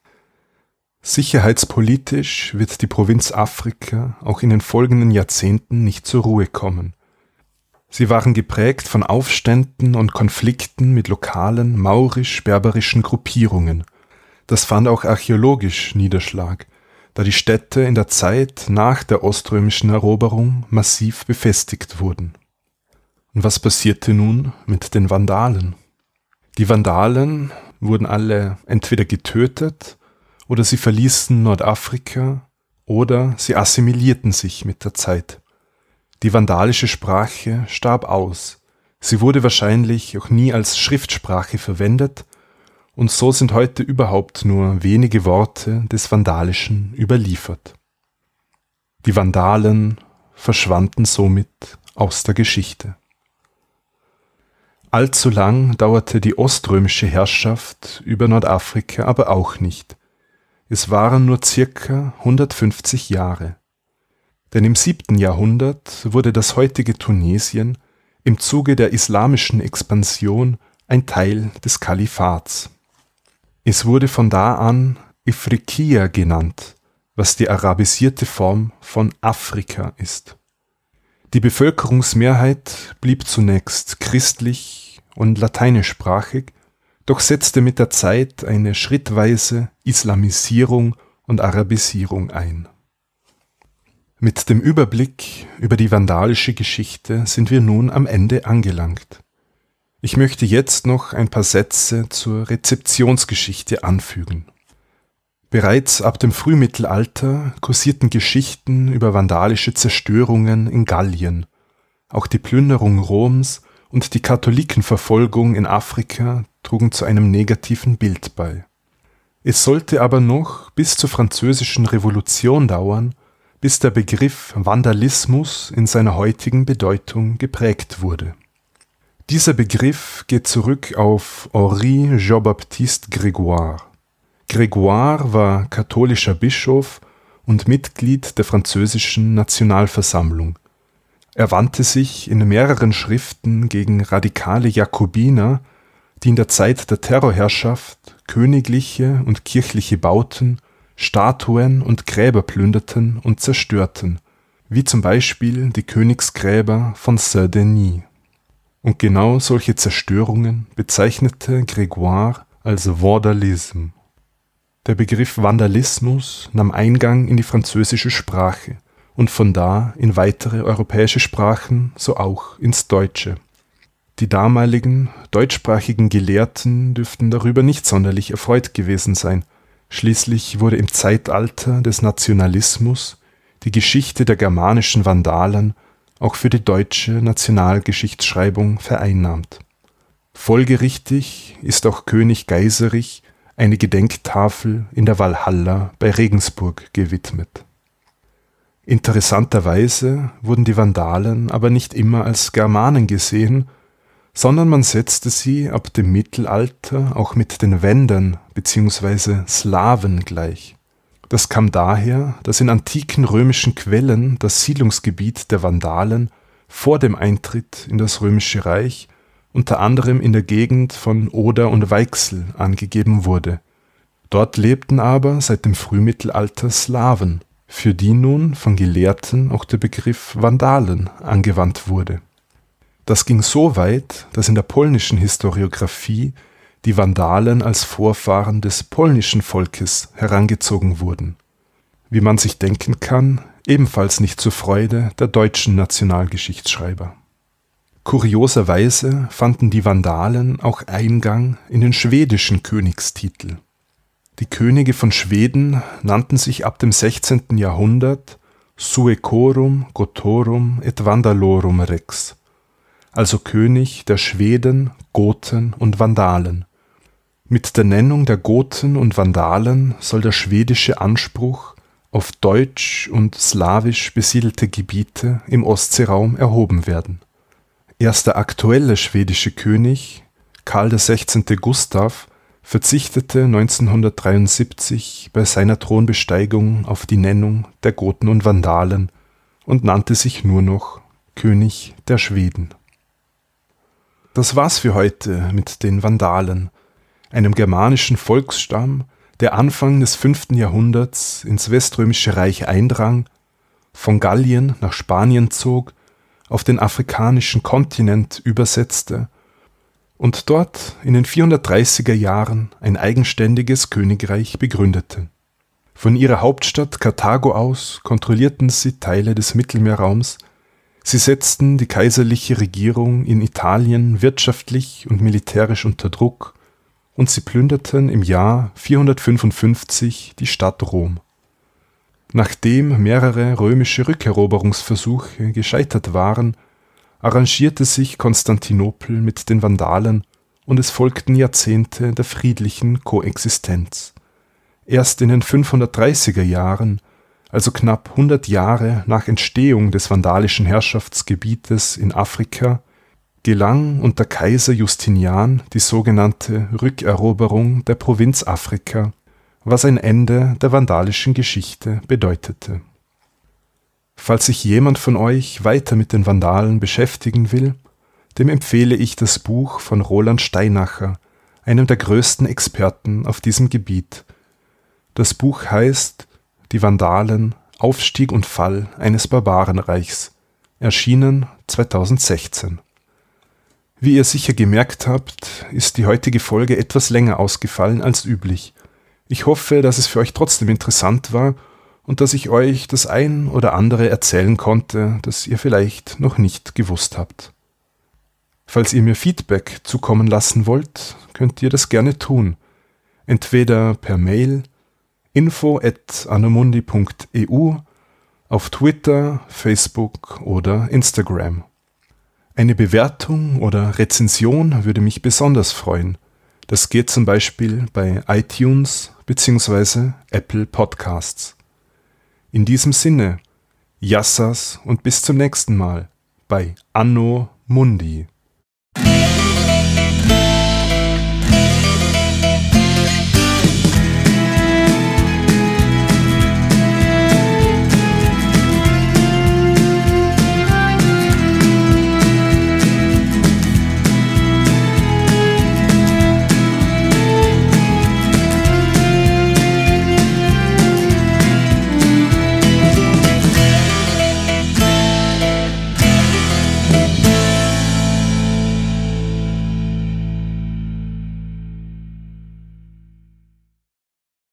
Sicherheitspolitisch wird die Provinz Afrika auch in den folgenden Jahrzehnten nicht zur Ruhe kommen. Sie waren geprägt von Aufständen und Konflikten mit lokalen maurisch-berberischen Gruppierungen. Das fand auch archäologisch Niederschlag, da die Städte in der Zeit nach der oströmischen Eroberung massiv befestigt wurden. Und was passierte nun mit den Vandalen? Die Vandalen wurden alle entweder getötet oder sie verließen Nordafrika oder sie assimilierten sich mit der Zeit. Die vandalische Sprache starb aus. Sie wurde wahrscheinlich auch nie als Schriftsprache verwendet und so sind heute überhaupt nur wenige Worte des Vandalischen überliefert. Die Vandalen verschwanden somit aus der Geschichte. Allzu lang dauerte die oströmische Herrschaft über Nordafrika aber auch nicht. Es waren nur circa hundertfünfzig Jahre. Denn im siebten Jahrhundert wurde das heutige Tunesien im Zuge der islamischen Expansion ein Teil des Kalifats. Es wurde von da an Ifriqiya genannt, was die arabisierte Form von Afrika ist. Die Bevölkerungsmehrheit blieb zunächst christlich und lateinischsprachig, doch setzte mit der Zeit eine schrittweise Islamisierung und Arabisierung ein. Mit dem Überblick über die vandalische Geschichte sind wir nun am Ende angelangt. Ich möchte jetzt noch ein paar Sätze zur Rezeptionsgeschichte anfügen. Bereits ab dem Frühmittelalter kursierten Geschichten über vandalische Zerstörungen in Gallien. Auch die Plünderung Roms und die Katholikenverfolgung in Afrika trugen zu einem negativen Bild bei. Es sollte aber noch bis zur Französischen Revolution dauern, bis der Begriff Vandalismus in seiner heutigen Bedeutung geprägt wurde. Dieser Begriff geht zurück auf Henri Jean-Baptiste Grégoire. Grégoire war katholischer Bischof und Mitglied der französischen Nationalversammlung. Er wandte sich in mehreren Schriften gegen radikale Jakobiner, die in der Zeit der Terrorherrschaft königliche und kirchliche Bauten, Statuen und Gräber plünderten und zerstörten, wie zum Beispiel die Königsgräber von Saint-Denis. Und genau solche Zerstörungen bezeichnete Grégoire als Vandalisme. Der Begriff Vandalismus nahm Eingang in die französische Sprache und von da in weitere europäische Sprachen, so auch ins Deutsche. Die damaligen deutschsprachigen Gelehrten dürften darüber nicht sonderlich erfreut gewesen sein. Schließlich wurde im Zeitalter des Nationalismus die Geschichte der germanischen Vandalen auch für die deutsche Nationalgeschichtsschreibung vereinnahmt. Folgerichtig ist auch König Geiserich eine Gedenktafel in der Walhalla bei Regensburg gewidmet. Interessanterweise wurden die Vandalen aber nicht immer als Germanen gesehen, sondern man setzte sie ab dem Mittelalter auch mit den Wendern bzw. Slawen gleich. Das kam daher, dass in antiken römischen Quellen das Siedlungsgebiet der Vandalen vor dem Eintritt in das Römische Reich unter anderem in der Gegend von Oder und Weichsel angegeben wurde. Dort lebten aber seit dem Frühmittelalter Slawen, für die nun von Gelehrten auch der Begriff Vandalen angewandt wurde. Das ging so weit, dass in der polnischen Historiographie die Vandalen als Vorfahren des polnischen Volkes herangezogen wurden. Wie man sich denken kann, ebenfalls nicht zur Freude der deutschen Nationalgeschichtsschreiber. Kurioserweise fanden die Vandalen auch Eingang in den schwedischen Königstitel. Die Könige von Schweden nannten sich ab dem sechzehnten Jahrhundert Suecorum, Gotorum et Vandalorum Rex, also König der Schweden, Goten und Vandalen. Mit der Nennung der Goten und Vandalen soll der schwedische Anspruch auf deutsch und slawisch besiedelte Gebiete im Ostseeraum erhoben werden. Erst der aktuelle schwedische König, Karl der Sechzehnte Gustav, verzichtete neunzehnhundertdreiundsiebzig bei seiner Thronbesteigung auf die Nennung der Goten und Vandalen und nannte sich nur noch König der Schweden. Das war's für heute mit den Vandalen, einem germanischen Volksstamm, der Anfang des fünften Jahrhunderts ins Weströmische Reich eindrang, von Gallien nach Spanien zog, auf den afrikanischen Kontinent übersetzte und dort in den vierhundertdreißiger Jahren ein eigenständiges Königreich begründete. Von ihrer Hauptstadt Karthago aus kontrollierten sie Teile des Mittelmeerraums. Sie setzten die kaiserliche Regierung in Italien wirtschaftlich und militärisch unter Druck und sie plünderten im Jahr vierhundertfünfundfünfzig die Stadt Rom. Nachdem mehrere römische Rückeroberungsversuche gescheitert waren, arrangierte sich Konstantinopel mit den Vandalen und es folgten Jahrzehnte der friedlichen Koexistenz. Erst in den fünfhundertdreißiger Jahren, also knapp hundert Jahre nach Entstehung des vandalischen Herrschaftsgebietes in Afrika, gelang unter Kaiser Justinian die sogenannte Rückeroberung der Provinz Afrika, was ein Ende der vandalischen Geschichte bedeutete. Falls sich jemand von euch weiter mit den Vandalen beschäftigen will, dem empfehle ich das Buch von Roland Steinacher, einem der größten Experten auf diesem Gebiet. Das Buch heißt Die Vandalen, Aufstieg und Fall eines Barbarenreichs, erschienen zweitausendsechzehn. Wie ihr sicher gemerkt habt, ist die heutige Folge etwas länger ausgefallen als üblich. Ich hoffe, dass es für euch trotzdem interessant war und dass ich euch das ein oder andere erzählen konnte, das ihr vielleicht noch nicht gewusst habt. Falls ihr mir Feedback zukommen lassen wollt, könnt ihr das gerne tun. Entweder per Mail info at anomundi punkt e u, auf Twitter, Facebook oder Instagram. Eine Bewertung oder Rezension würde mich besonders freuen. Das geht zum Beispiel bei iTunes bzw. Apple Podcasts. In diesem Sinne, Yassas und bis zum nächsten Mal bei Anno Mundi.